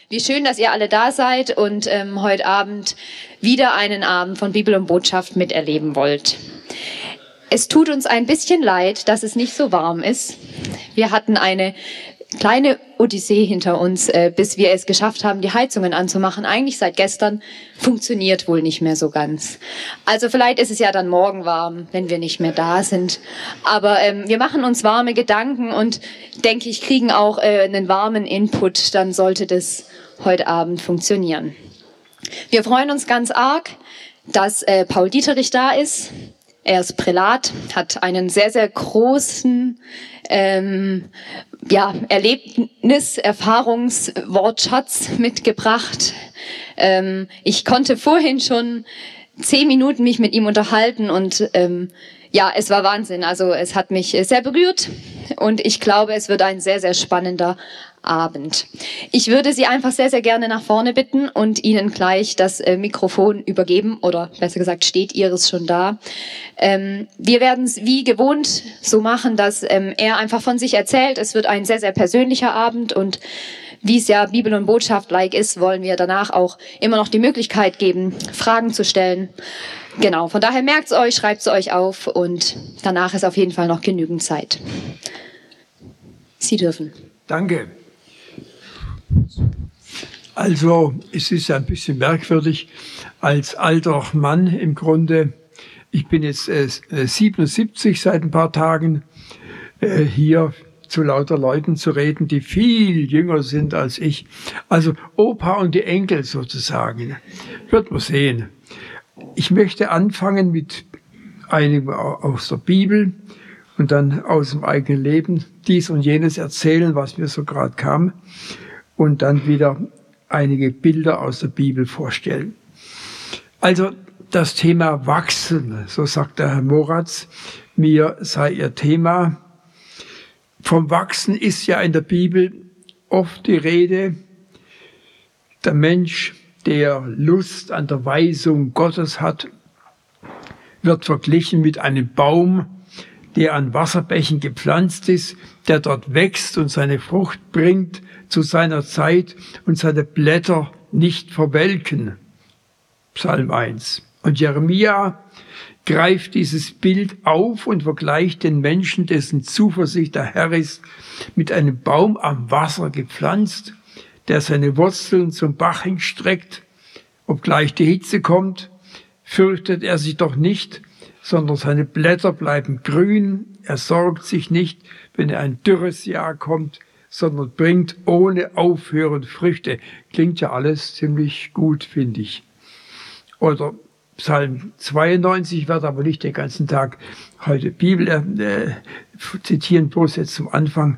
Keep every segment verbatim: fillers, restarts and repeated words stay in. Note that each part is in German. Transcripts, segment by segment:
Wie schön, dass ihr alle da seid und ähm, heute Abend wieder einen Abend von Bibel und Botschaft miterleben wollt. Es tut uns ein bisschen leid, dass es nicht so warm ist. Wir hatten eine kleine Odyssee hinter uns, äh, bis wir es geschafft haben, die Heizungen anzumachen. Eigentlich seit gestern funktioniert wohl nicht mehr so ganz. Also vielleicht ist es ja dann morgen warm, wenn wir nicht mehr da sind. Aber ähm, wir machen uns warme Gedanken und denke ich, kriegen auch äh, einen warmen Input. Dann sollte das heute Abend funktionieren. Wir freuen uns ganz arg, dass äh, Paul Dieterich da ist. Er ist Prälat, hat einen sehr, sehr großen ähm, ja, Erlebnis-, Erfahrungswortschatz mitgebracht. Ähm, ich konnte vorhin schon zehn Minuten mich mit ihm unterhalten und ähm, ja, es war Wahnsinn. Also es hat mich sehr berührt und ich glaube, es wird ein sehr, sehr spannender Abend. Ich würde Sie einfach sehr, sehr gerne nach vorne bitten und Ihnen gleich das äh, Mikrofon übergeben, oder besser gesagt, steht Ihres schon da. Ähm, wir werden es wie gewohnt so machen, dass ähm, er einfach von sich erzählt. Es wird ein sehr, sehr persönlicher Abend und wie es ja Bibel und Botschaft-like ist, wollen wir danach auch immer noch die Möglichkeit geben, Fragen zu stellen. Genau, von daher merkt es euch, schreibt es euch auf und danach ist auf jeden Fall noch genügend Zeit. Sie dürfen. Danke. Also, es ist ein bisschen merkwürdig, als alter Mann im Grunde, ich bin jetzt äh, siebenundsiebzig seit ein paar Tagen, äh, hier zu lauter Leuten zu reden, die viel jünger sind als ich. Also Opa und die Enkel sozusagen. Wird man sehen. Ich möchte anfangen mit einem aus der Bibel und dann aus dem eigenen Leben dies und jenes erzählen, was mir so gerade kam. Und dann wieder einige Bilder aus der Bibel vorstellen. Also das Thema Wachsen, so sagt der Herr Moratz, mir sei ihr Thema. Vom Wachsen ist ja in der Bibel oft die Rede. Der Mensch, der Lust an der Weisung Gottes hat, wird verglichen mit einem Baum, der an Wasserbächen gepflanzt ist, der dort wächst und seine Frucht bringt zu seiner Zeit und seine Blätter nicht verwelken. Psalm eins. Und Jeremia greift dieses Bild auf und vergleicht den Menschen, dessen Zuversicht der Herr ist, mit einem Baum am Wasser gepflanzt, der seine Wurzeln zum Bach hinstreckt. Obgleich die Hitze kommt, fürchtet er sich doch nicht, sondern seine Blätter bleiben grün. Er sorgt sich nicht, wenn ein dürres Jahr kommt, sondern bringt ohne Aufhören Früchte. Klingt ja alles ziemlich gut, finde ich. Oder Psalm zweiundneunzig, ich werde aber nicht den ganzen Tag heute Bibel äh, zitieren, bloß jetzt zum Anfang.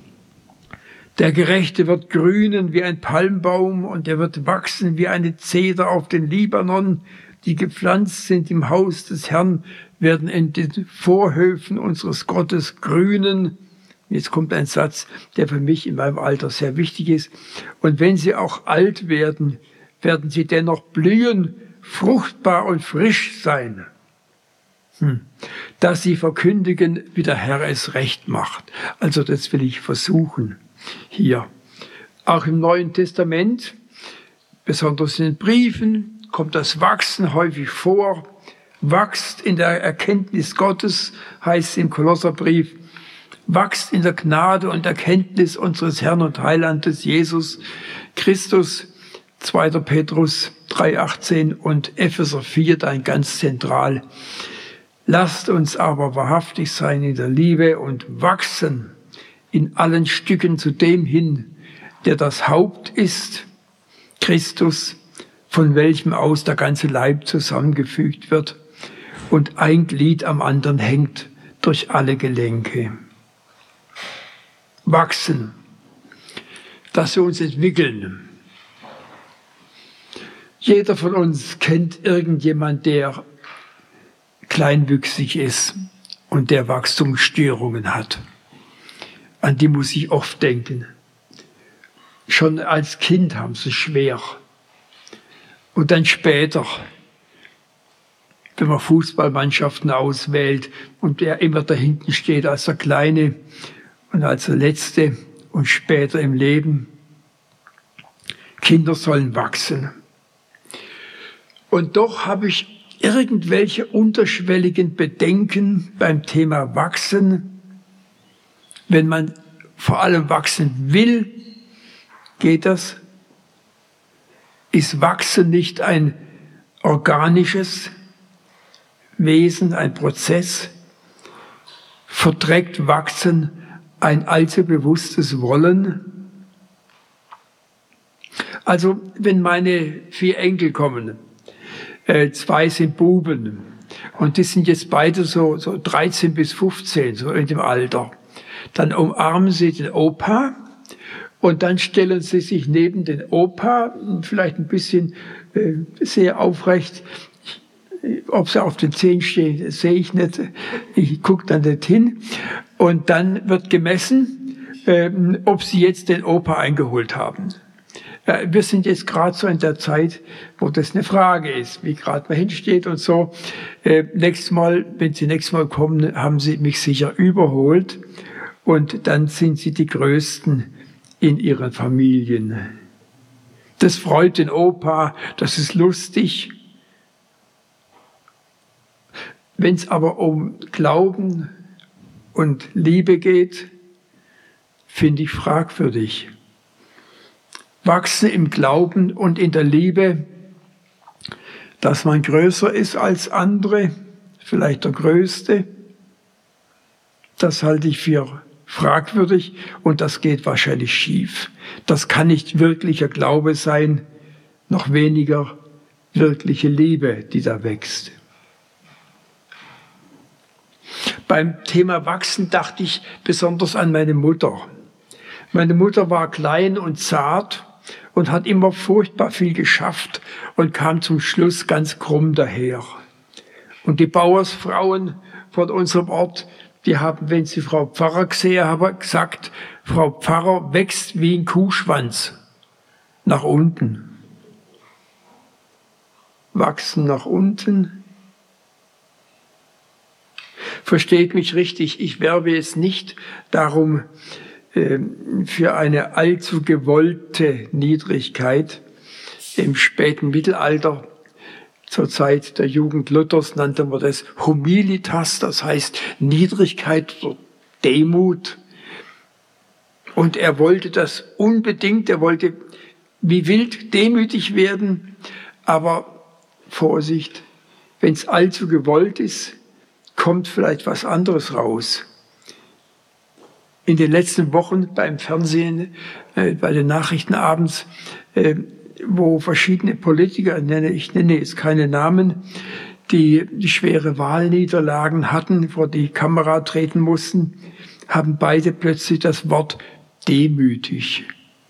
Der Gerechte wird grünen wie ein Palmbaum und er wird wachsen wie eine Zeder auf den Libanon. Die gepflanzt sind im Haus des Herrn, werden in den Vorhöfen unseres Gottes grünen. Jetzt kommt ein Satz, der für mich in meinem Alter sehr wichtig ist. Und wenn sie auch alt werden, werden sie dennoch blühen, fruchtbar und frisch sein. Hm. Dass sie verkündigen, wie der Herr es recht macht. Also das will ich versuchen hier. Auch im Neuen Testament, besonders in den Briefen, kommt das Wachsen häufig vor. Wachst in der Erkenntnis Gottes, heißt es im Kolosserbrief. Wachst in der Gnade und Erkenntnis unseres Herrn und Heilandes Jesus Christus. zweiter Petrus drei achtzehn und Epheser vier, dann ganz zentral. Lasst uns aber wahrhaftig sein in der Liebe und wachsen in allen Stücken zu dem hin, der das Haupt ist, Christus, von welchem aus der ganze Leib zusammengefügt wird und ein Glied am anderen hängt durch alle Gelenke. Wachsen, dass wir uns entwickeln. Jeder von uns kennt irgendjemand, der kleinwüchsig ist und der Wachstumsstörungen hat. An die muss ich oft denken. Schon als Kind haben sie es schwer. Und dann später, wenn man Fußballmannschaften auswählt und der immer da hinten steht als der Kleine und als der Letzte und später im Leben, Kinder sollen wachsen. Und doch habe ich irgendwelche unterschwelligen Bedenken beim Thema Wachsen. Wenn man vor allem wachsen will, geht das? Ist Wachsen nicht ein organisches Wesen, ein Prozess? Verdreckt Wachsen ein allzu bewusstes Wollen? Also, wenn meine vier Enkel kommen, äh, zwei sind Buben und die sind jetzt beide so, so dreizehn bis fünfzehn, so in dem Alter, dann umarmen sie den Opa und dann stellen sie sich neben den Opa, vielleicht ein bisschen äh, sehr aufrecht. Ob sie auf den Zehen stehen, sehe ich nicht. Ich gucke dann nicht hin. Und dann wird gemessen, äh, ob sie jetzt den Opa eingeholt haben. Äh, wir sind jetzt gerade so in der Zeit, wo das eine Frage ist, wie gerade man hinsteht und so. Äh, nächstes Mal, wenn sie nächstes Mal kommen, haben sie mich sicher überholt. Und dann sind sie die Größten in ihren Familien. Das freut den Opa, das ist lustig. Wenn es aber um Glauben und Liebe geht, finde ich fragwürdig. Wachsen im Glauben und in der Liebe, dass man größer ist als andere, vielleicht der Größte, das halte ich für fragwürdig und das geht wahrscheinlich schief. Das kann nicht wirklicher Glaube sein, noch weniger wirkliche Liebe, die da wächst. Beim Thema Wachsen dachte ich besonders an meine Mutter. Meine Mutter war klein und zart und hat immer furchtbar viel geschafft und kam zum Schluss ganz krumm daher. Und die Bauersfrauen von unserem Ort, die haben, wenn sie Frau Pfarrer gesehen haben, gesagt, Frau Pfarrer wächst wie ein Kuhschwanz nach unten. Wachsen nach unten. Versteht mich richtig, ich werbe jetzt nicht darum äh, für eine allzu gewollte Niedrigkeit. Im späten Mittelalter, zur Zeit der Jugend Luthers, nannte man das Humilitas, das heißt Niedrigkeit oder Demut. Und er wollte das unbedingt, er wollte wie wild demütig werden, aber Vorsicht, wenn es allzu gewollt ist, kommt vielleicht was anderes raus. In den letzten Wochen beim Fernsehen, äh, bei den Nachrichten abends, äh, wo verschiedene Politiker, nenne, ich nenne jetzt keine Namen, die, die schwere Wahlniederlagen hatten, vor die Kamera treten mussten, haben beide plötzlich das Wort demütig,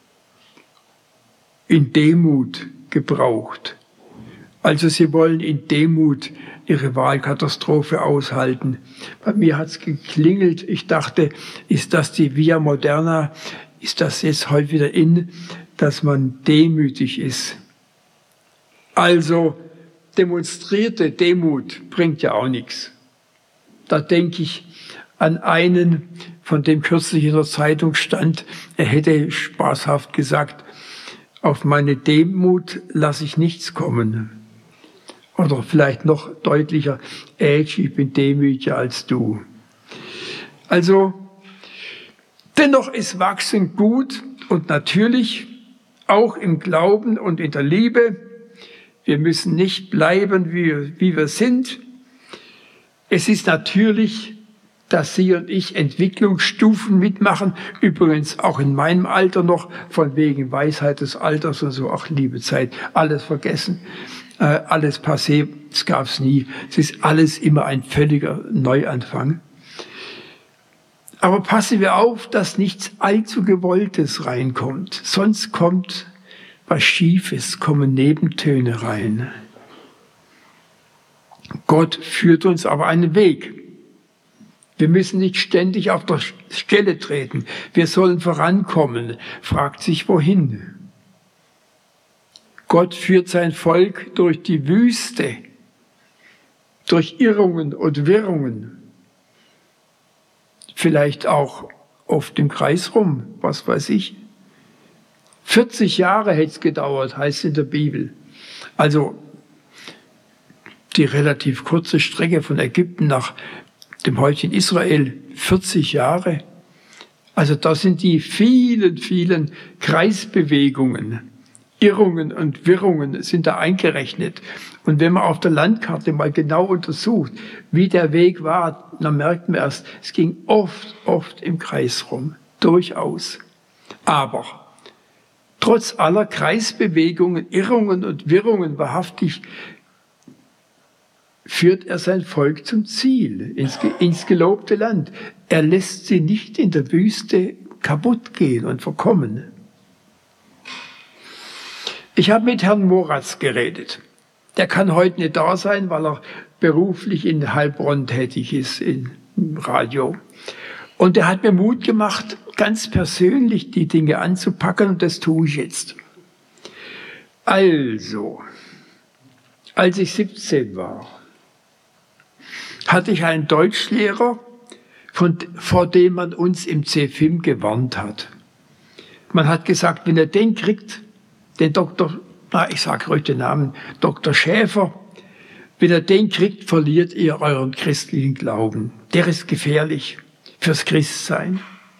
in Demut gebraucht. Also sie wollen in Demut ihre Wahlkatastrophe aushalten. Bei mir hat's geklingelt. Ich dachte, ist das die Via Moderna? Ist das jetzt heute wieder in, dass man demütig ist? Also demonstrierte Demut bringt ja auch nichts. Da denke ich an einen, von dem kürzlich in der Zeitung stand, er hätte spaßhaft gesagt, auf meine Demut lasse ich nichts kommen. Oder vielleicht noch deutlicher, Ätsch, ich bin demütiger als du. Also, dennoch ist Wachsen gut und natürlich, auch im Glauben und in der Liebe. Wir müssen nicht bleiben, wie, wie wir sind. Es ist natürlich, dass Sie und ich Entwicklungsstufen mitmachen, übrigens auch in meinem Alter noch, von wegen Weisheit des Alters und so, auch liebe Zeit, alles vergessen. Alles passé, das gab es nie. Es ist alles immer ein völliger Neuanfang. Aber passen wir auf, dass nichts allzu Gewolltes reinkommt. Sonst kommt was Schiefes, kommen Nebentöne rein. Gott führt uns aber einen Weg. Wir müssen nicht ständig auf der Stelle treten. Wir sollen vorankommen. Fragt sich, wohin? Gott führt sein Volk durch die Wüste, durch Irrungen und Wirrungen. Vielleicht auch oft im Kreis rum, was weiß ich. vierzig Jahre hätte es gedauert, heißt es in der Bibel. Also die relativ kurze Strecke von Ägypten nach dem heutigen Israel, vierzig Jahre. Also da sind die vielen, vielen Kreisbewegungen, Irrungen und Wirrungen sind da eingerechnet. Und wenn man auf der Landkarte mal genau untersucht, wie der Weg war, dann merkt man erst, es ging oft, oft im Kreis rum, durchaus. Aber trotz aller Kreisbewegungen, Irrungen und Wirrungen wahrhaftig führt er sein Volk zum Ziel, ins, ins gelobte Land. Er lässt sie nicht in der Wüste kaputt gehen und verkommen. Ich habe mit Herrn Moratz geredet. Der kann heute nicht da sein, weil er beruflich in Heilbronn tätig ist, im Radio. Und er hat mir Mut gemacht, ganz persönlich die Dinge anzupacken, und das tue ich jetzt. Also, als ich siebzehn war, hatte ich einen Deutschlehrer, von, vor dem man uns im C F I M gewarnt hat. Man hat gesagt, wenn er den kriegt, den Doktor, na, ich sage ruhig den Namen, Doktor Schäfer, wenn er den kriegt, verliert ihr euren christlichen Glauben. Der ist gefährlich fürs Christsein.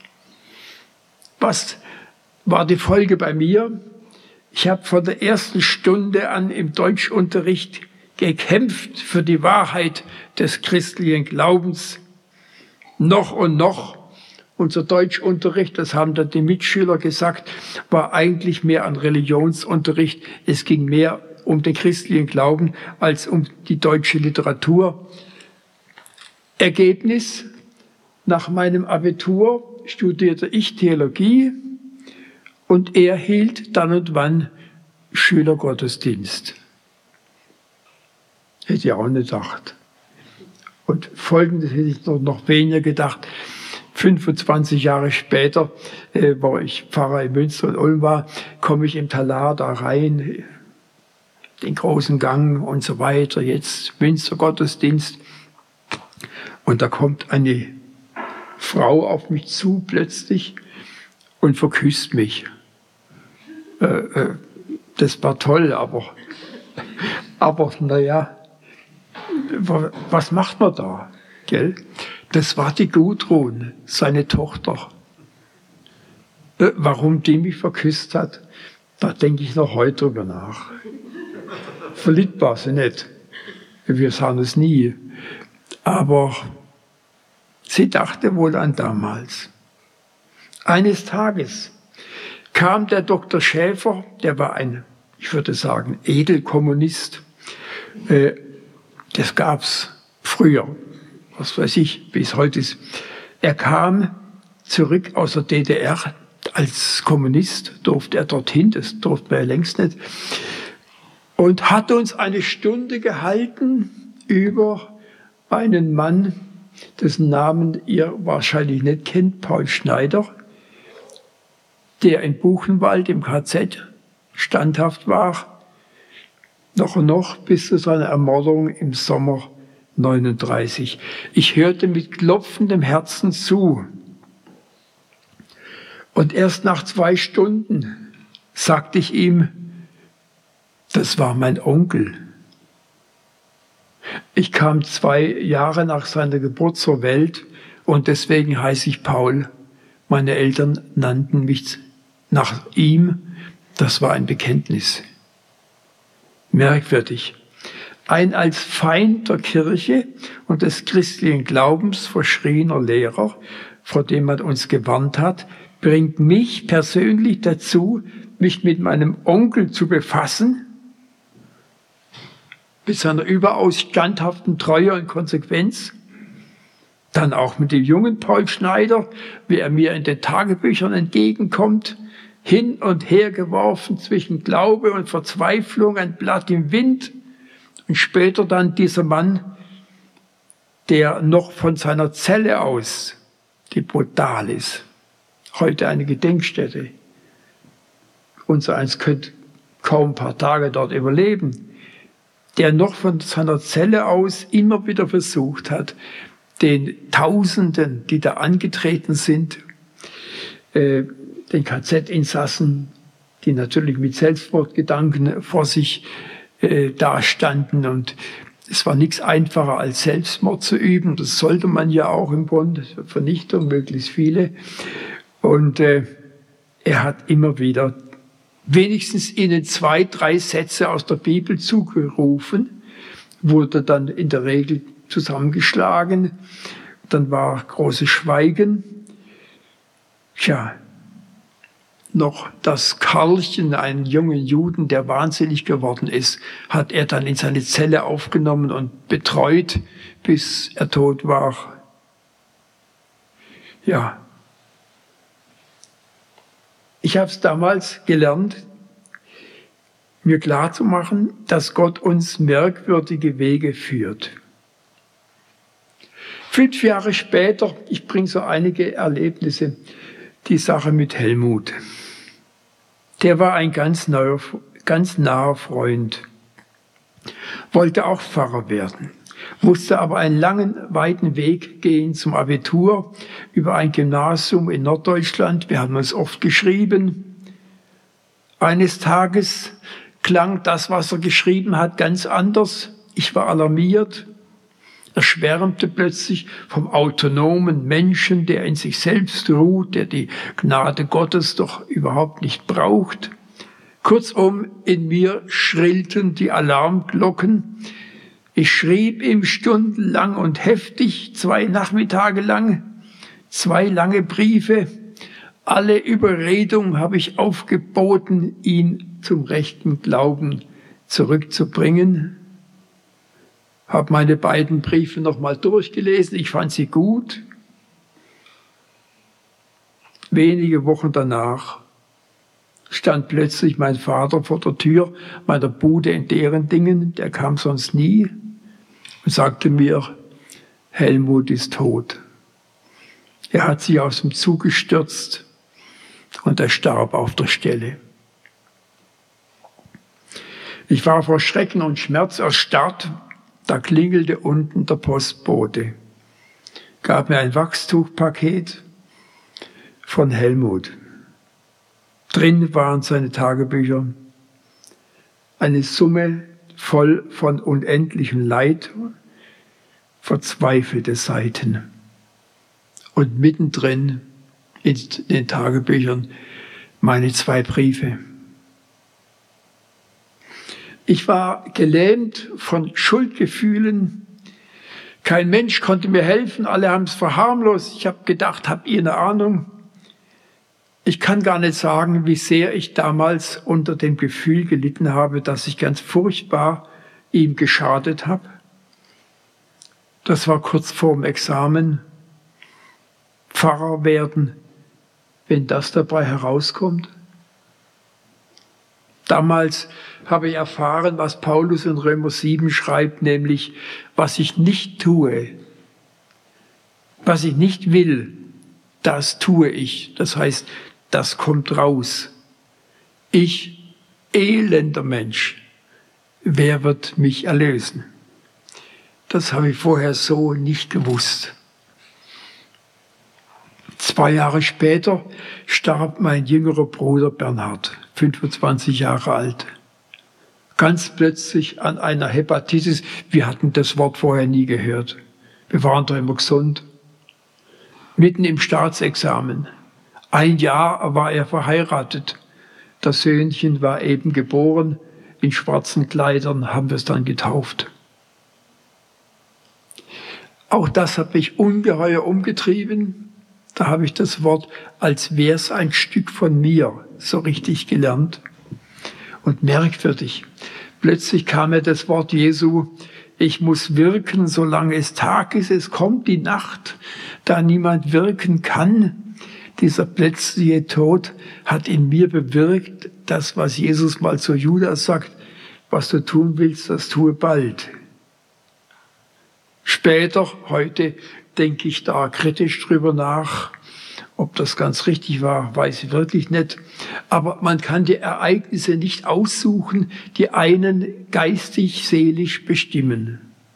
Was war die Folge bei mir? Ich habe von der ersten Stunde an im Deutschunterricht gekämpft für die Wahrheit des christlichen Glaubens. Noch und noch. Unser Deutschunterricht, das haben dann die Mitschüler gesagt, war eigentlich mehr ein Religionsunterricht. Es ging mehr um den christlichen Glauben als um die deutsche Literatur. Ergebnis: Nach meinem Abitur studierte ich Theologie und er hielt dann und wann Schülergottesdienst. Hätte ich auch nicht gedacht. Und Folgendes hätte ich noch weniger gedacht. fünfundzwanzig Jahre später, äh, wo ich Pfarrer in Münster und Ulm war, komme ich im Talar da rein, den großen Gang und so weiter, jetzt Münster Gottesdienst. Und da kommt eine Frau auf mich zu plötzlich und verküsst mich. Äh, äh, das war toll, aber, aber naja, was macht man da? Gell? Das war die Gudrun, seine Tochter. Äh, warum die mich verküsst hat, da denke ich noch heute drüber nach. Verliebt war sie nicht. Wir sahen es nie. Aber sie dachte wohl an damals. Eines Tages kam der Doktor Schäfer, der war ein, ich würde sagen, Edelkommunist. Äh, das gab's früher. Was weiß ich, wie es heute ist. Er kam zurück aus der D D R. Als Kommunist durfte er dorthin, das durfte er längst nicht. Und hat uns eine Stunde gehalten über einen Mann, dessen Namen ihr wahrscheinlich nicht kennt, Paul Schneider, der in Buchenwald im K Z standhaft war, noch und noch bis zu seiner Ermordung im Sommer neununddreißig. Ich hörte mit klopfendem Herzen zu. Und erst nach zwei Stunden sagte ich ihm, das war mein Onkel. Ich kam zwei Jahre nach seiner Geburt zur Welt und deswegen heiße ich Paul. Meine Eltern nannten mich nach ihm. Das war ein Bekenntnis. Merkwürdig. Ein als Feind der Kirche und des christlichen Glaubens verschriener Lehrer, vor dem man uns gewarnt hat, bringt mich persönlich dazu, mich mit meinem Onkel zu befassen, mit seiner überaus standhaften Treue und Konsequenz. Dann auch mit dem jungen Paul Schneider, wie er mir in den Tagebüchern entgegenkommt, hin und her geworfen zwischen Glaube und Verzweiflung, ein Blatt im Wind. Und später dann dieser Mann, der noch von seiner Zelle aus, die brutal ist, heute eine Gedenkstätte. Unser eins könnte kaum ein paar Tage dort überleben, der noch von seiner Zelle aus immer wieder versucht hat, den Tausenden, die da angetreten sind, äh, den K Z-Insassen die natürlich mit Selbstmordgedanken vor sich äh, dastanden. Und es war nichts einfacher, als Selbstmord zu üben. Das sollte man ja auch im Grunde, Vernichtung, möglichst viele. Und äh, er hat immer wieder wenigstens ihnen zwei, drei Sätze aus der Bibel zugerufen, wurde dann in der Regel zusammengeschlagen. Dann war großes Schweigen. Tja, noch das Karlchen, einen jungen Juden, der wahnsinnig geworden ist, hat er dann in seine Zelle aufgenommen und betreut, bis er tot war. Ja, ich habe es damals gelernt, mir klarzumachen, dass Gott uns merkwürdige Wege führt. Fünf Jahre später, ich bringe so einige Erlebnisse, die Sache mit Helmut. Der war ein ganz neuer, ganz naher Freund, wollte auch Pfarrer werden, musste aber einen langen, weiten Weg gehen zum Abitur über ein Gymnasium in Norddeutschland. Wir haben uns oft geschrieben. Eines Tages klang das, was er geschrieben hat, ganz anders. Ich war alarmiert. Er schwärmte plötzlich vom autonomen Menschen, der in sich selbst ruht, der die Gnade Gottes doch überhaupt nicht braucht. Kurzum, in mir schrillten die Alarmglocken. Ich schrieb ihm stundenlang und heftig, zwei Nachmittage lang, zwei lange Briefe. Alle Überredung habe ich aufgeboten, ihn zum rechten Glauben zurückzubringen. Habe meine beiden Briefe nochmal durchgelesen. Ich fand sie gut. Wenige Wochen danach stand plötzlich mein Vater vor der Tür meiner Bude in Derendingen. Der kam sonst nie und sagte mir, Helmut ist tot. Er hat sich aus dem Zug gestürzt und er starb auf der Stelle. Ich war vor Schrecken und Schmerz erstarrt. Da klingelte unten der Postbote, gab mir ein Wachstuchpaket von Helmut. Drin waren seine Tagebücher, eine Summe voll von unendlichem Leid, verzweifelte Seiten. Und mittendrin in den Tagebüchern meine zwei Briefe. Ich war gelähmt von Schuldgefühlen. Kein Mensch konnte mir helfen, alle haben es verharmlost. Ich habe gedacht, habt ihr eine Ahnung? Ich kann gar nicht sagen, wie sehr ich damals unter dem Gefühl gelitten habe, dass ich ganz furchtbar ihm geschadet habe. Das war kurz vorm Examen. Pfarrer werden, wenn das dabei herauskommt. Damals habe ich erfahren, was Paulus in Römer sieben schreibt, nämlich, was ich nicht tue, was ich nicht will, das tue ich. Das heißt, das kommt raus. Ich, elender Mensch, wer wird mich erlösen? Das habe ich vorher so nicht gewusst. Zwei Jahre später starb mein jüngerer Bruder Bernhard, fünfundzwanzig Jahre alt. Ganz plötzlich an einer Hepatitis. Wir hatten das Wort vorher nie gehört. Wir waren doch immer gesund. Mitten im Staatsexamen. Ein Jahr war er verheiratet. Das Söhnchen war eben geboren. In schwarzen Kleidern haben wir es dann getauft. Auch das hat mich ungeheuer umgetrieben. Da habe ich das Wort, als wäre es ein Stück von mir, so richtig gelernt. Und merkwürdig, plötzlich kam mir das Wort Jesu, ich muss wirken, solange es Tag ist, es kommt die Nacht, da niemand wirken kann. Dieser plötzliche Tod hat in mir bewirkt, das, was Jesus mal zu Judas sagt, was du tun willst, das tue bald. Später, heute, denke ich da kritisch drüber nach. Ob das ganz richtig war, weiß ich wirklich nicht. Aber man kann die Ereignisse nicht aussuchen, die einen geistig, seelisch bestimmen.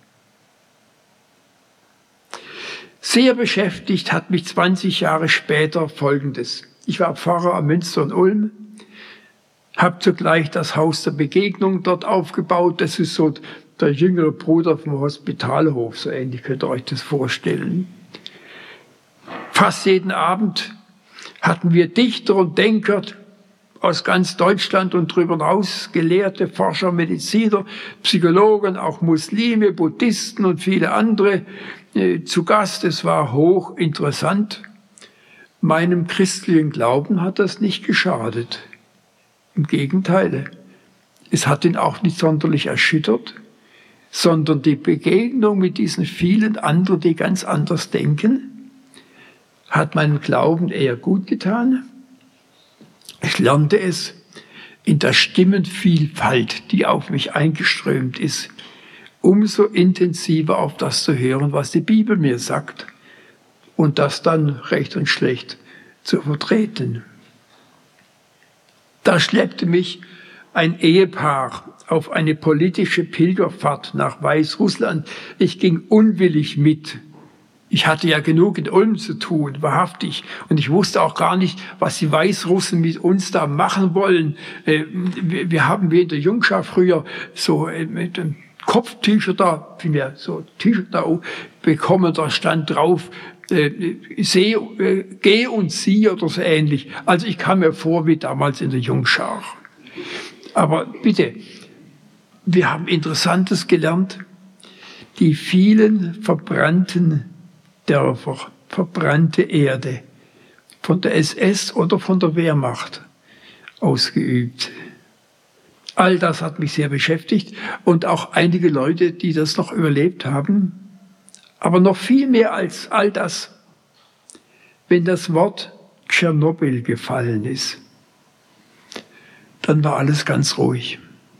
Sehr beschäftigt hat mich zwanzig Jahre später Folgendes. Ich war Pfarrer am Münster und Ulm. Habe zugleich das Haus der Begegnung dort aufgebaut. Das ist so der jüngere Bruder vom Hospitalhof, so ähnlich könnt ihr euch das vorstellen. Fast jeden Abend hatten wir Dichter und Denker aus ganz Deutschland und darüber hinaus, Gelehrte, Forscher, Mediziner, Psychologen, auch Muslime, Buddhisten und viele andere äh, zu Gast. Es war hochinteressant. Meinem christlichen Glauben hat das nicht geschadet. Im Gegenteil, es hat ihn auch nicht sonderlich erschüttert, sondern die Begegnung mit diesen vielen anderen, die ganz anders denken, hat meinem Glauben eher gut getan. Ich lernte es in der Stimmenvielfalt, die auf mich eingeströmt ist, umso intensiver auf das zu hören, was die Bibel mir sagt, und das dann recht und schlecht zu vertreten. Da schleppte mich ein Ehepaar auf eine politische Pilgerfahrt nach Weißrussland. Ich ging unwillig mit. Ich hatte ja genug in Ulm zu tun, wahrhaftig. Und ich wusste auch gar nicht, was die Weißrussen mit uns da machen wollen. Wir haben wie in der Jungschar früher so mit dem Kopf-T-Shirt da, vielmehr so T-Shirt da bekommen, da stand drauf, Seh, geh und sieh oder so ähnlich. Also ich kam mir vor wie damals in der Jungschar. Aber bitte, wir haben Interessantes gelernt. Die vielen verbrannten Dörfer, verbrannte Erde, von der S S oder von der Wehrmacht ausgeübt. All das hat mich sehr beschäftigt und auch einige Leute, die das noch überlebt haben. Aber noch viel mehr als all das, wenn das Wort Tschernobyl gefallen ist, dann war alles ganz ruhig.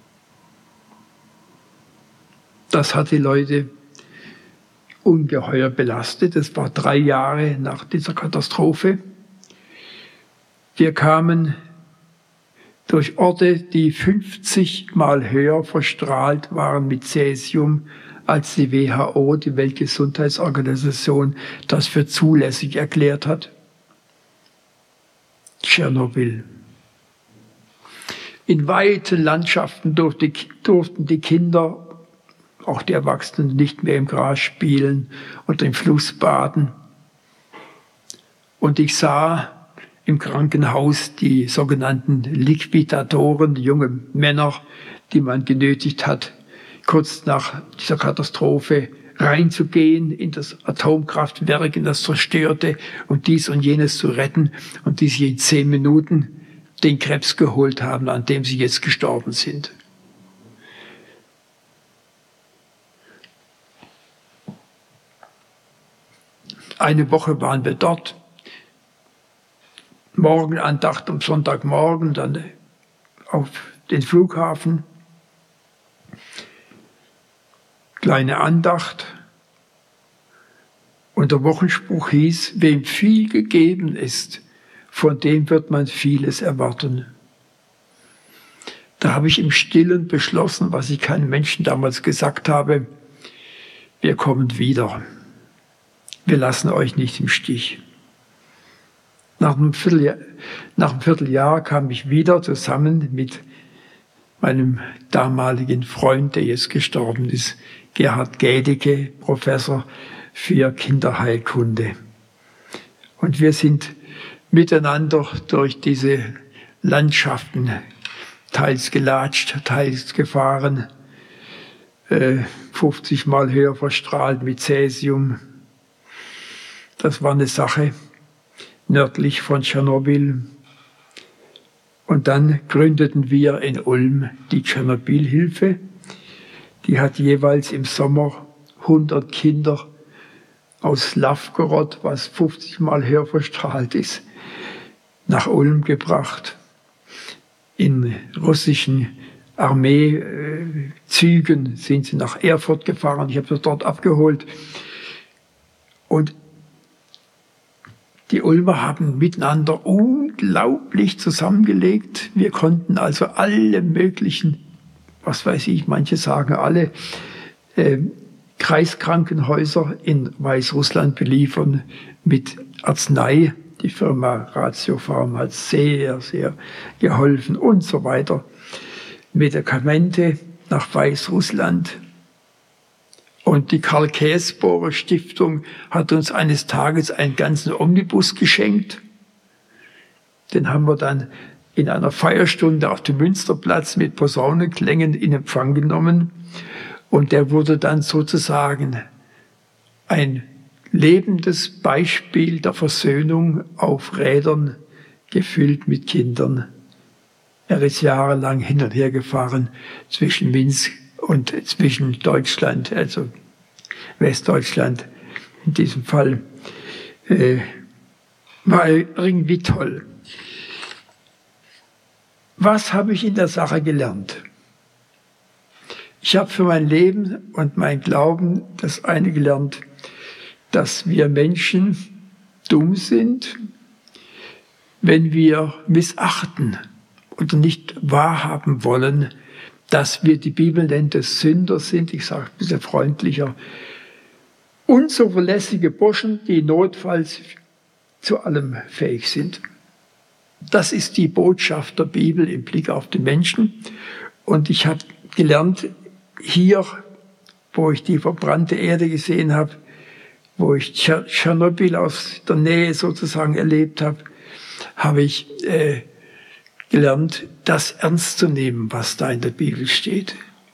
Das hat die Leute ungeheuer belastet. Es war drei Jahre nach dieser Katastrophe. Wir kamen durch Orte, die fünfzig Mal höher verstrahlt waren mit Cäsium, als die W H O, die Weltgesundheitsorganisation, das für zulässig erklärt hat. Tschernobyl. In weiten Landschaften durften die Kinder, auch die Erwachsenen, nicht mehr im Gras spielen oder im Fluss baden. Und ich sah im Krankenhaus die sogenannten Liquidatoren, junge Männer, die man genötigt hat, kurz nach dieser Katastrophe reinzugehen in das Atomkraftwerk, in das Zerstörte und dies und jenes zu retten und die sich in zehn Minuten den Krebs geholt haben, an dem sie jetzt gestorben sind. Eine Woche waren wir dort. Morgenandacht am Sonntagmorgen, dann auf den Flughafen. Kleine Andacht. Und der Wochenspruch hieß, wem viel gegeben ist, von dem wird man vieles erwarten. Da habe ich im Stillen beschlossen, was ich keinem Menschen damals gesagt habe, wir kommen wieder. Wir lassen euch nicht im Stich. Nach einem Vierteljahr, nach einem Vierteljahr kam ich wieder zusammen mit meinem damaligen Freund, der jetzt gestorben ist, Gerhard Gädicke, Professor für Kinderheilkunde. Und wir sind miteinander durch diese Landschaften teils gelatscht, teils gefahren, äh, fünfzig Mal höher verstrahlt mit Cäsium. Das war eine Sache nördlich von Tschernobyl. Und dann gründeten wir in Ulm die Tschernobyl-Hilfe. Die hat jeweils im Sommer hundert Kinder aus Slawgorod, was fünfzig Mal höher verstrahlt ist, nach Ulm gebracht. In russischen Armeezügen sind sie nach Erfurt gefahren. Ich habe sie dort abgeholt. Und die Ulmer haben miteinander unglaublich zusammengelegt. Wir konnten also alle möglichen, was weiß ich, manche sagen alle, äh, Kreiskrankenhäuser in Weißrussland beliefern mit Arznei, Die Firma Ratio Farm hat sehr, sehr geholfen und so weiter. Medikamente nach Weißrussland. Und die Karl-Käsbohrer-Stiftung hat uns eines Tages einen ganzen Omnibus geschenkt. Den haben wir dann in einer Feierstunde auf dem Münsterplatz mit Posaunenklängen in Empfang genommen. Und der wurde dann sozusagen ein lebendes Beispiel der Versöhnung auf Rädern, gefüllt mit Kindern. Er ist jahrelang hin und her gefahren zwischen Minsk und zwischen Deutschland, also Westdeutschland in diesem Fall. Äh, war irgendwie toll. Was habe ich in der Sache gelernt? Ich habe für mein Leben und mein Glauben das eine gelernt, dass wir Menschen dumm sind, wenn wir missachten oder nicht wahrhaben wollen, dass wir, die Bibel nennt es Sünder sind, ich sage ein bisschen freundlicher, unzuverlässige Burschen, die notfalls zu allem fähig sind. Das ist die Botschaft der Bibel im Blick auf den Menschen. Und ich habe gelernt, hier, wo ich die verbrannte Erde gesehen habe, wo ich Tschernobyl aus der Nähe sozusagen erlebt habe, habe ich äh, gelernt, das ernst zu nehmen, was da in der Bibel steht.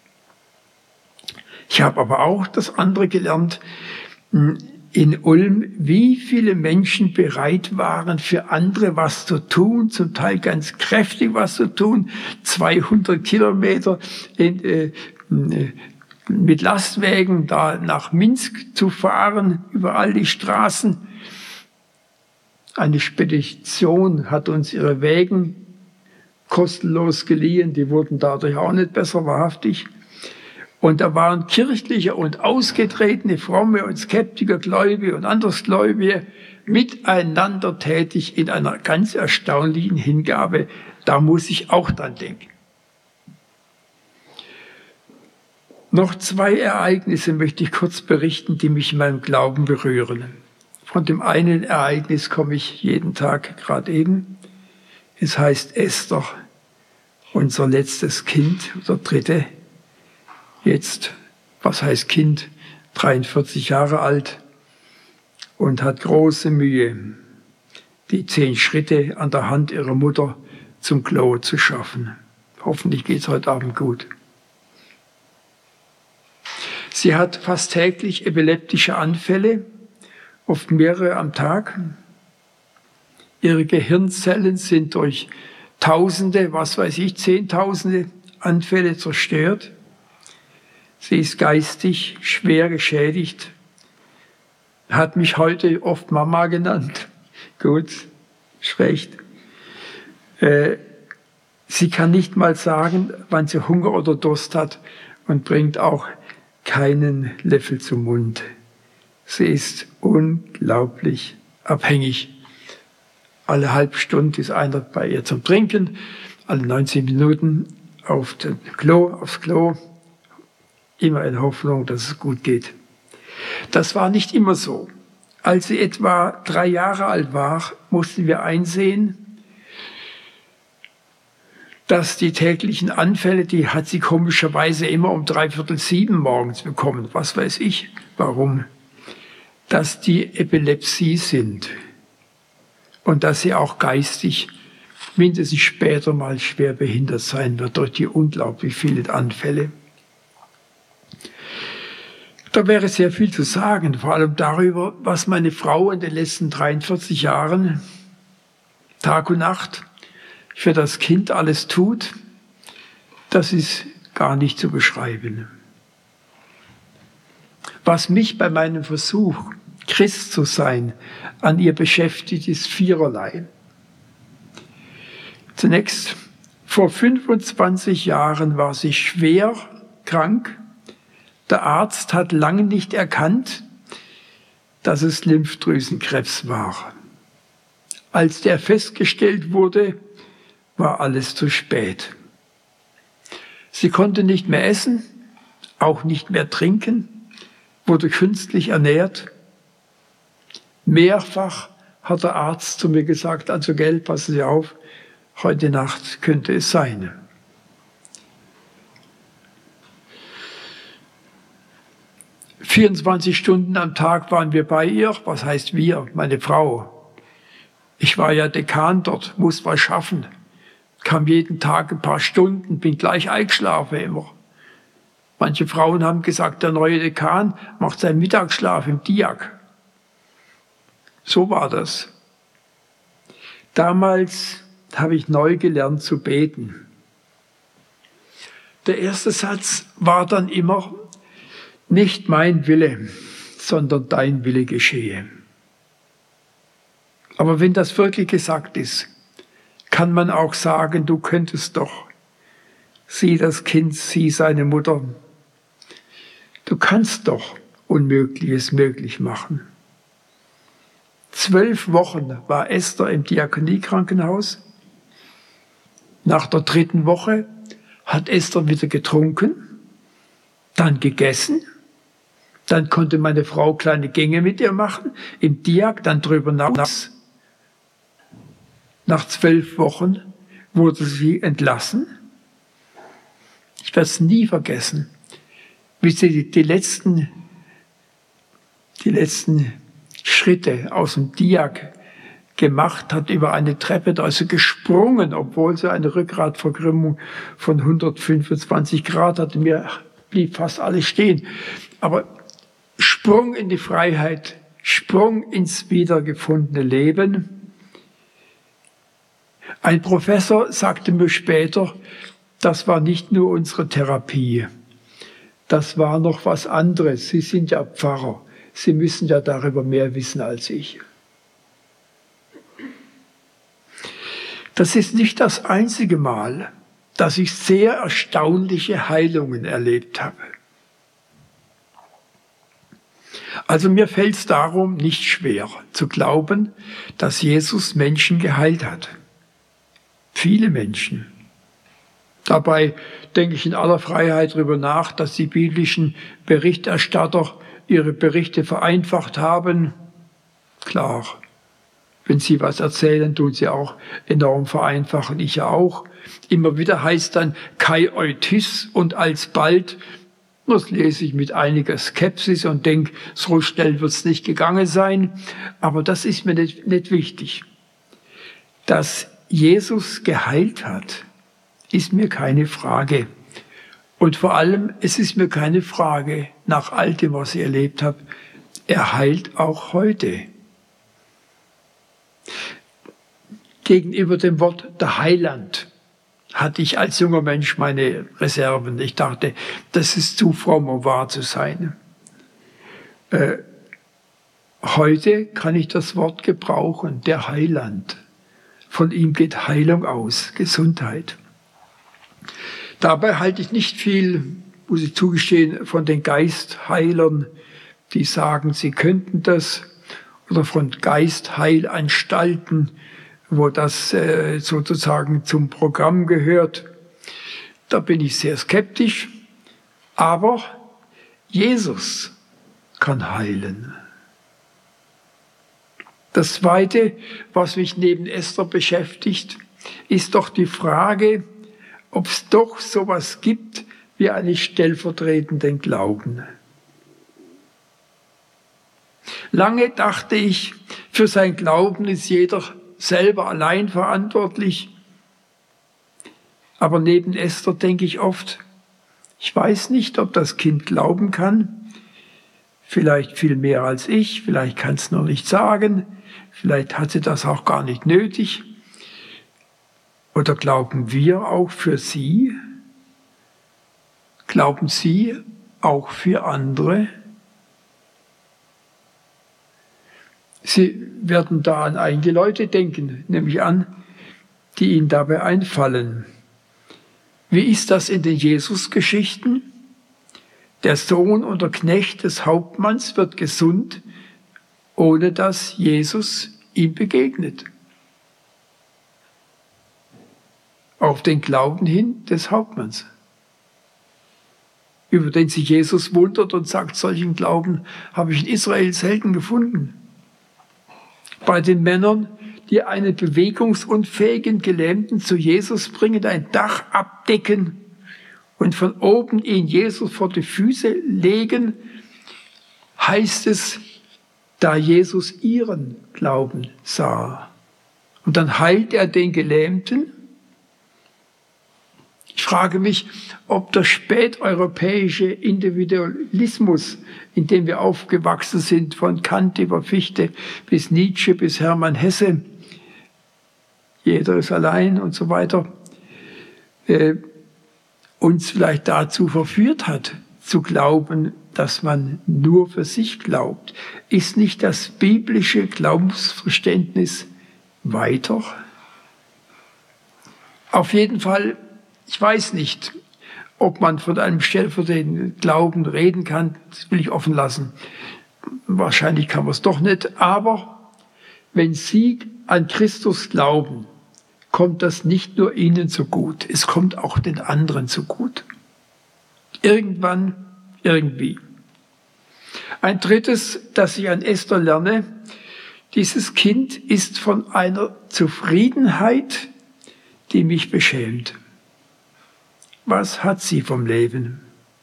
Ich habe aber auch das andere gelernt, in Ulm, wie viele Menschen bereit waren, für andere was zu tun, zum Teil ganz kräftig was zu tun, zweihundert Kilometer in, äh, mit Lastwagen da nach Minsk zu fahren, über all die Straßen. Eine Spedition hat uns ihre Wägen kostenlos geliehen, die wurden dadurch auch nicht besser, wahrhaftig. Und da waren kirchliche und ausgetretene Fromme und Skeptiker, Gläubige und Andersgläubige miteinander tätig in einer ganz erstaunlichen Hingabe. Da muss ich auch dran denken. Noch zwei Ereignisse möchte ich kurz berichten, die mich in meinem Glauben berühren. Von dem einen Ereignis komme ich jeden Tag gerade eben. Es heißt Esther, unser letztes Kind, unser dritte. Jetzt, was heißt Kind, dreiundvierzig Jahre alt und hat große Mühe, die zehn Schritte an der Hand ihrer Mutter zum Klo zu schaffen. Hoffentlich geht es heute Abend gut. Sie hat fast täglich epileptische Anfälle, oft mehrere am Tag. Ihre Gehirnzellen sind durch Tausende, was weiß ich, Zehntausende Anfälle zerstört. Sie ist geistig schwer geschädigt, hat mich heute oft Mama genannt. Gut, schlecht. Äh, sie kann nicht mal sagen, wann sie Hunger oder Durst hat und bringt auch keinen Löffel zum Mund. Sie ist unglaublich abhängig. Alle halbe Stunde ist einer bei ihr zum Trinken, alle neunzehn Minuten auf den Klo, aufs Klo. Immer in Hoffnung, dass es gut geht. Das war nicht immer so. Als sie etwa drei Jahre alt war, mussten wir einsehen, dass die täglichen Anfälle, die hat sie komischerweise immer um dreiviertel sieben morgens bekommen. Was weiß ich, warum? Dass die Epilepsie sind und dass sie auch geistig mindestens später mal schwer behindert sein wird durch die unglaublich vielen Anfälle. Da wäre sehr viel zu sagen, vor allem darüber, was meine Frau in den letzten dreiundvierzig Jahren, Tag und Nacht, für das Kind alles tut. Das ist gar nicht zu beschreiben. Was mich bei meinem Versuch, Christ zu sein, an ihr beschäftigt, ist viererlei. Zunächst, vor fünfundzwanzig Jahren war sie schwer krank. Der Arzt hat lange nicht erkannt, dass es Lymphdrüsenkrebs war. Als der festgestellt wurde, war alles zu spät. Sie konnte nicht mehr essen, auch nicht mehr trinken, wurde künstlich ernährt. Mehrfach hat der Arzt zu mir gesagt, also gell, passen Sie auf, heute Nacht könnte es sein. vierundzwanzig Stunden am Tag waren wir bei ihr. Was heißt wir? Meine Frau. Ich war ja Dekan dort, muss was schaffen. Kam jeden Tag ein paar Stunden, bin gleich eingeschlafen immer. Manche Frauen haben gesagt, der neue Dekan macht seinen Mittagsschlaf im Diak. So war das. Damals habe ich neu gelernt zu beten. Der erste Satz war dann immer, nicht mein Wille, sondern dein Wille geschehe. Aber wenn das wirklich gesagt ist, kann man auch sagen, du könntest doch. Sieh das Kind, sieh seine Mutter. Du kannst doch Unmögliches möglich machen. Zwölf Wochen war Esther im Diakoniekrankenhaus. Nach der dritten Woche hat Esther wieder getrunken, dann gegessen. Dann konnte meine Frau kleine Gänge mit ihr machen, im Diak, dann drüber hinaus. Nach zwölf Wochen wurde sie entlassen. Ich werde es nie vergessen, wie sie die, die, letzten, die letzten Schritte aus dem Diak gemacht hat, über eine Treppe, da ist sie gesprungen, obwohl sie eine Rückgratverkrümmung von hundertfünfundzwanzig Grad hatte. Mir blieb fast alles stehen. Aber Sprung in die Freiheit, Sprung ins wiedergefundene Leben. Ein Professor sagte mir später, das war nicht nur unsere Therapie, das war noch was anderes. Sie sind ja Pfarrer, Sie müssen ja darüber mehr wissen als ich. Das ist nicht das einzige Mal, dass ich sehr erstaunliche Heilungen erlebt habe. Also mir fällt es darum nicht schwer zu glauben, dass Jesus Menschen geheilt hat. Viele Menschen. Dabei denke ich in aller Freiheit darüber nach, dass die biblischen Berichterstatter ihre Berichte vereinfacht haben. Klar, wenn sie was erzählen, tun sie auch enorm vereinfachen, ich ja auch. Immer wieder heißt dann kai eutis und alsbald. Das lese ich mit einiger Skepsis und denke, so schnell wird es nicht gegangen sein. Aber das ist mir nicht, nicht wichtig. Dass Jesus geheilt hat, ist mir keine Frage. Und vor allem, es ist mir keine Frage, nach all dem, was ich erlebt habe, er heilt auch heute. Gegenüber dem Wort der Heiland hatte ich als junger Mensch meine Reserven. Ich dachte, das ist zu fromm, um wahr zu sein. Äh, heute kann ich das Wort gebrauchen, der Heiland. Von ihm geht Heilung aus, Gesundheit. Dabei halte ich nicht viel, muss ich zugestehen, von den Geistheilern, die sagen, sie könnten das, oder von Geistheilanstalten, wo das äh, sozusagen zum Programm gehört. Da bin ich sehr skeptisch. Aber Jesus kann heilen. Das Zweite, was mich neben Esther beschäftigt, ist doch die Frage, ob es doch sowas gibt wie einen stellvertretenden Glauben. Lange dachte ich, für sein Glauben ist jeder selber allein verantwortlich. Aber neben Esther denke ich oft, ich weiß nicht, ob das Kind glauben kann. Vielleicht viel mehr als ich, vielleicht kann es nur nicht sagen, vielleicht hat sie das auch gar nicht nötig. Oder glauben wir auch für sie? Glauben Sie auch für andere? Sie werden da an einige Leute denken, nämlich an, die Ihnen dabei einfallen. Wie ist das in den Jesus-Geschichten? Der Sohn oder Knecht des Hauptmanns wird gesund, ohne dass Jesus ihm begegnet. Auf den Glauben hin des Hauptmanns, über den sich Jesus wundert und sagt, solchen Glauben habe ich in Israel selten gefunden. bei den Männern, die einen bewegungsunfähigen Gelähmten zu Jesus bringen, ein Dach abdecken und von oben ihn Jesus vor die Füße legen, heißt es, da Jesus ihren Glauben sah. Und dann heilt er den Gelähmten. Ich frage mich, ob der späteuropäische Individualismus, in dem wir aufgewachsen sind, von Kant über Fichte bis Nietzsche bis Hermann Hesse, jeder ist allein und so weiter, äh, uns vielleicht dazu verführt hat, zu glauben, dass man nur für sich glaubt. Ist nicht das biblische Glaubensverständnis weiter? Auf jeden Fall, ich weiß nicht, ob man von einem stellvertretenden Glauben reden kann, das will ich offen lassen. Wahrscheinlich kann man es doch nicht, aber wenn Sie an Christus glauben, kommt das nicht nur Ihnen so gut, es kommt auch den anderen so gut. Irgendwann, irgendwie. Ein drittes, das ich an Esther lerne, dieses Kind ist von einer Zufriedenheit, die mich beschämt. Was hat sie vom Leben?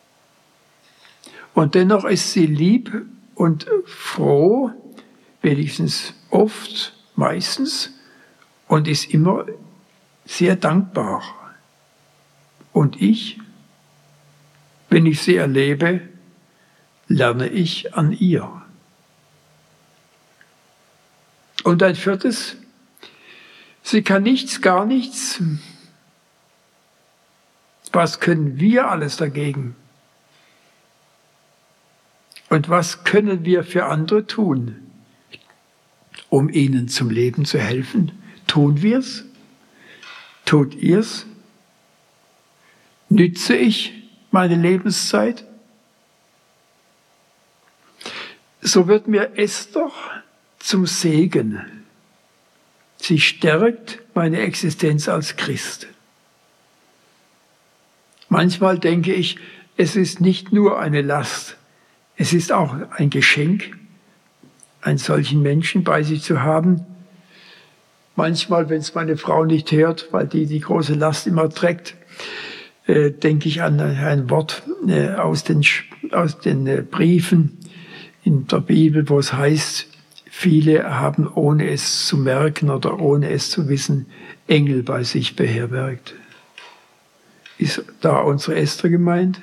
Und dennoch ist sie lieb und froh, wenigstens oft, meistens, und ist immer sehr dankbar. Und ich, wenn ich sie erlebe, lerne ich an ihr. Und ein viertes, sie kann nichts, gar nichts. Was können wir alles dagegen? Und was können wir für andere tun, um ihnen zum Leben zu helfen? Tun wir's? Tut ihr's? Nütze ich meine Lebenszeit? So wird mir Esther zum Segen. Sie stärkt meine Existenz als Christ. Manchmal denke ich, es ist nicht nur eine Last, es ist auch ein Geschenk, einen solchen Menschen bei sich zu haben. Manchmal, wenn es meine Frau nicht hört, weil die die große Last immer trägt, äh, denke ich an ein Wort äh, aus den, aus den äh, Briefen in der Bibel, wo es heißt, viele haben, ohne es zu merken oder ohne es zu wissen, Engel bei sich beherbergt. Ist da unsere Esther gemeint?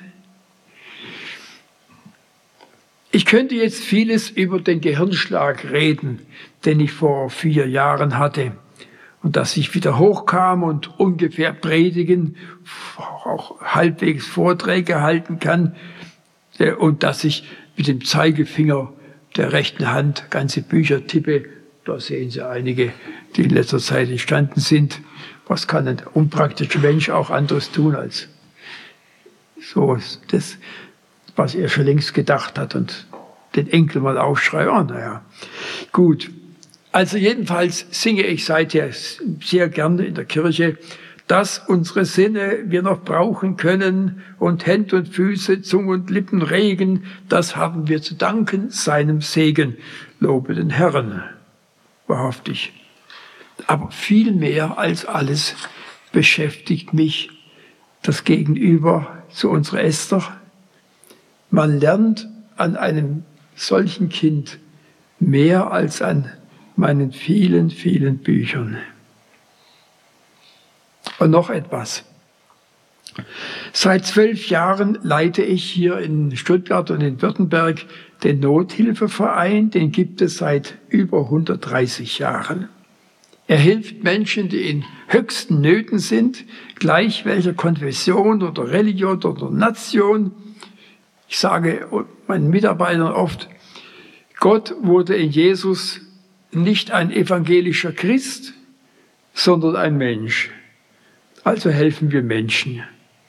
Ich könnte jetzt vieles über den Gehirnschlag reden, den ich vor vier Jahren hatte. Und dass ich wieder hochkam und ungefähr predigen, auch halbwegs Vorträge halten kann. Und dass ich mit dem Zeigefinger der rechten Hand ganze Bücher tippe. Da sehen Sie einige, die in letzter Zeit entstanden sind. Was kann ein unpraktischer Mensch auch anderes tun als so das, was er schon längst gedacht hat und den Enkel mal aufschreiben. Oh, naja, gut. Also jedenfalls singe ich seither sehr gerne in der Kirche, dass unsere Sinne wir noch brauchen können und Hände und Füße, Zunge und Lippen regen, das haben wir zu danken seinem Segen. Lobe den Herrn, wahrhaftig. Aber viel mehr als alles beschäftigt mich das Gegenüber zu unserer Esther. Man lernt an einem solchen Kind mehr als an meinen vielen, vielen Büchern. Und noch etwas. Seit zwölf Jahren leite ich hier in Stuttgart und in Württemberg den Nothilfeverein. Den gibt es seit über hundertdreißig Jahren. Er hilft Menschen, die in höchsten Nöten sind, gleich welcher Konfession oder Religion oder Nation. Ich sage meinen Mitarbeitern oft, Gott wurde in Jesus nicht ein evangelischer Christ, sondern ein Mensch. Also helfen wir Menschen.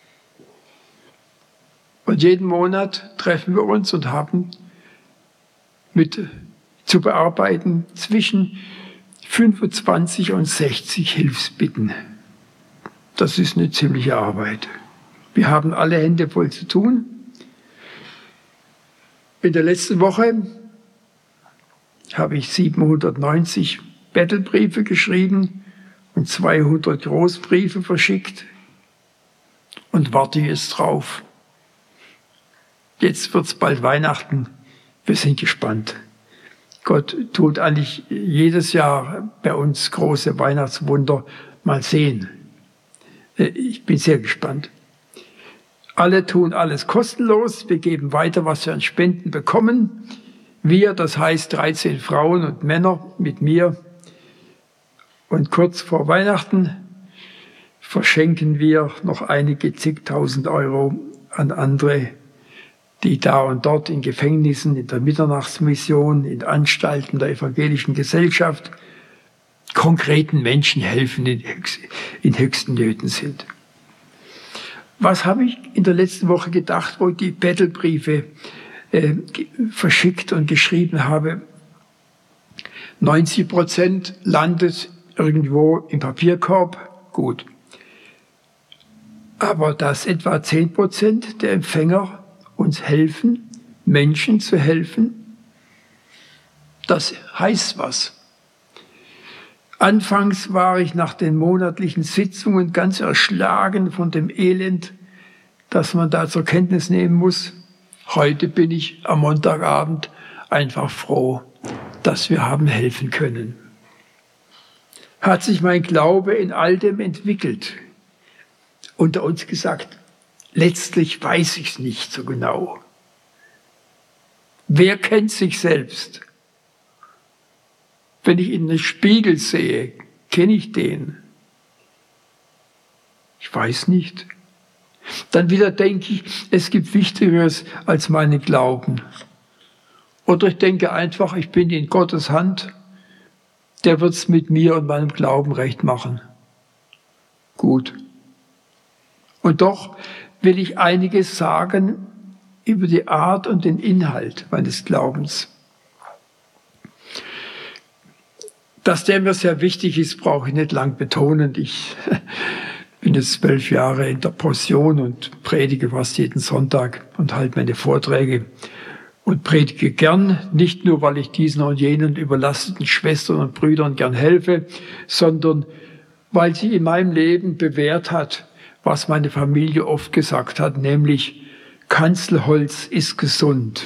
Und jeden Monat treffen wir uns und haben mit zu bearbeiten zwischen fünfundzwanzig und sechzig Hilfsbitten. Das ist eine ziemliche Arbeit. Wir haben alle Hände voll zu tun. In der letzten Woche habe ich siebenhundertneunzig Bettelbriefe geschrieben und zweihundert Großbriefe verschickt und warte jetzt drauf. Jetzt wird es bald Weihnachten. Wir sind gespannt. Gott tut eigentlich jedes Jahr bei uns große Weihnachtswunder. Mal sehen. Ich bin sehr gespannt. Alle tun alles kostenlos. Wir geben weiter, was wir an Spenden bekommen. Wir, das heißt dreizehn Frauen und Männer mit mir. Und kurz vor Weihnachten verschenken wir noch einige zigtausend Euro an andere, die da und dort in Gefängnissen, in der Mitternachtsmission, in Anstalten der evangelischen Gesellschaft konkreten Menschen helfen, die in höchsten Nöten sind. Was habe ich in der letzten Woche gedacht, wo ich die Bettelbriefe äh, verschickt und geschrieben habe? neunzig Prozent landet irgendwo im Papierkorb, gut. Aber dass etwa zehn Prozent der Empfänger uns helfen, Menschen zu helfen, das heißt was. Anfangs war ich nach den monatlichen Sitzungen ganz erschlagen von dem Elend, das man da zur Kenntnis nehmen muss. Heute bin ich am Montagabend einfach froh, dass wir haben helfen können. Hat sich mein Glaube in all dem entwickelt? Unter uns gesagt, letztlich weiß ich es nicht so genau. Wer kennt sich selbst? Wenn ich in den Spiegel sehe, kenne ich den? Ich weiß nicht. Dann wieder denke ich, es gibt Wichtigeres als meinen Glauben. Oder ich denke einfach, ich bin in Gottes Hand, der wird es mit mir und meinem Glauben recht machen. Gut. Und doch will ich einiges sagen über die Art und den Inhalt meines Glaubens. Dass der mir sehr wichtig ist, brauche ich nicht lang betonen. Ich bin jetzt zwölf Jahre in der Passion und predige fast jeden Sonntag und halte meine Vorträge und predige gern, nicht nur, weil ich diesen und jenen überlasteten Schwestern und Brüdern gern helfe, sondern weil sie in meinem Leben bewährt hat, was meine Familie oft gesagt hat, nämlich Kanzelholz ist gesund.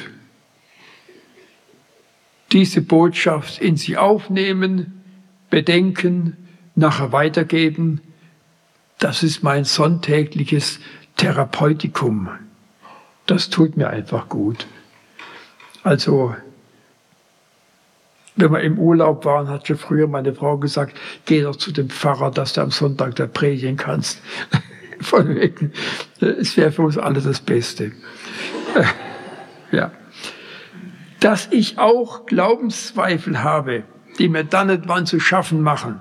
Diese Botschaft in sie aufnehmen, bedenken, nachher weitergeben, das ist mein sonntägliches Therapeutikum. Das tut mir einfach gut. Also, wenn wir im Urlaub waren, hat schon früher meine Frau gesagt, geh doch zu dem Pfarrer, dass du am Sonntag da predigen kannst. Von wegen, es wäre für uns alle das Beste. Ja. Dass ich auch Glaubenszweifel habe, die mir dann etwann zu schaffen machen,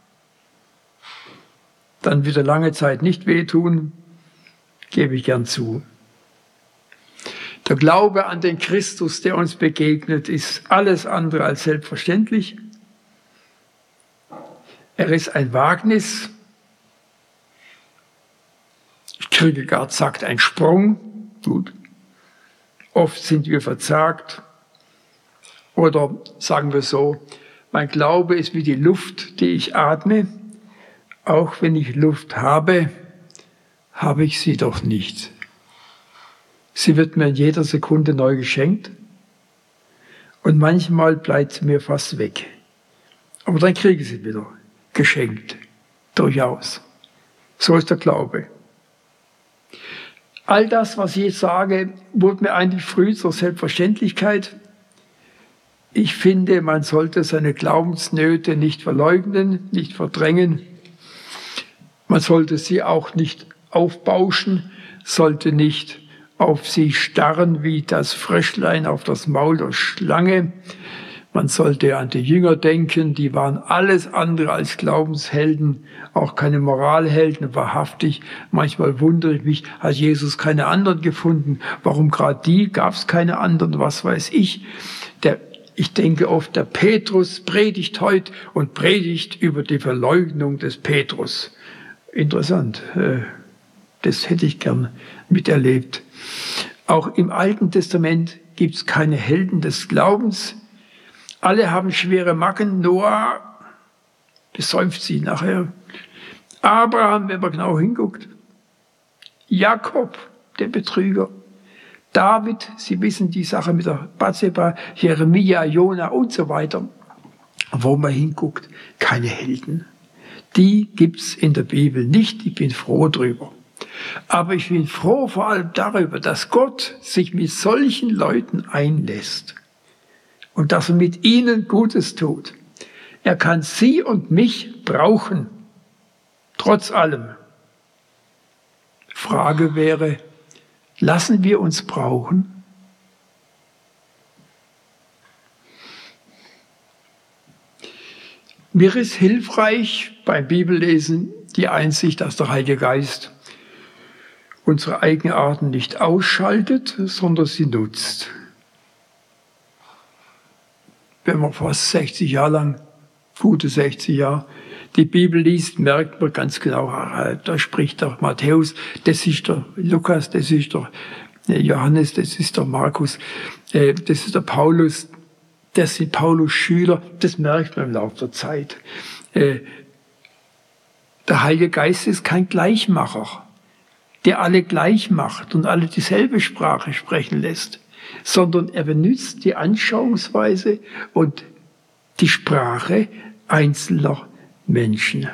dann wieder lange Zeit nicht wehtun, gebe ich gern zu. Der Glaube an den Christus, der uns begegnet, ist alles andere als selbstverständlich. Er ist ein Wagnis. Kierkegaard sagt ein Sprung. Gut. Oft sind wir verzagt. Oder sagen wir so, mein Glaube ist wie die Luft, die ich atme. Auch wenn ich Luft habe, habe ich sie doch nicht. Sie wird mir in jeder Sekunde neu geschenkt und manchmal bleibt sie mir fast weg. Aber dann kriege ich sie wieder geschenkt, durchaus. So ist der Glaube. All das, was ich jetzt sage, wurde mir eigentlich früh zur Selbstverständlichkeit. Ich finde, man sollte seine Glaubensnöte nicht verleugnen, nicht verdrängen. Man sollte sie auch nicht aufbauschen, sollte nicht auf sie starren wie das Fröschlein auf das Maul der Schlange. Man sollte an die Jünger denken, die waren alles andere als Glaubenshelden, auch keine Moralhelden, wahrhaftig. Manchmal wundere ich mich, hat Jesus keine anderen gefunden? Warum gerade die? Gab es keine anderen? Was weiß ich? Der, ich denke oft, der Petrus predigt heute und predigt über die Verleugnung des Petrus. Interessant. Das hätte ich gern miterlebt. Auch im Alten Testament gibt es keine Helden des Glaubens. Alle haben schwere Macken. Noah besäuft sie nachher. Abraham, wenn man genau hinguckt. Jakob, der Betrüger. David, Sie wissen die Sache mit der Bathseba, Jeremia, Jona und so weiter. Wo man hinguckt, keine Helden. Die gibt's in der Bibel nicht. Ich bin froh drüber. Aber ich bin froh vor allem darüber, dass Gott sich mit solchen Leuten einlässt und dass er mit ihnen Gutes tut. Er kann sie und mich brauchen, trotz allem. Frage wäre, lassen wir uns brauchen? Mir ist hilfreich beim Bibellesen die Einsicht, dass der Heilige Geist unsere Eigenarten nicht ausschaltet, sondern sie nutzt. Wenn man fast sechzig Jahre lang, gute sechzig Jahre, die Bibel liest, merkt man ganz genau, da spricht der Matthäus, das ist der Lukas, das ist der Johannes, das ist der Markus, das ist der Paulus, das sind Paulus Schüler, das merkt man im Laufe der Zeit. Der Heilige Geist ist kein Gleichmacher, der alle gleich macht und alle dieselbe Sprache sprechen lässt, sondern er benutzt die Anschauungsweise und die Sprache einzelner Menschen.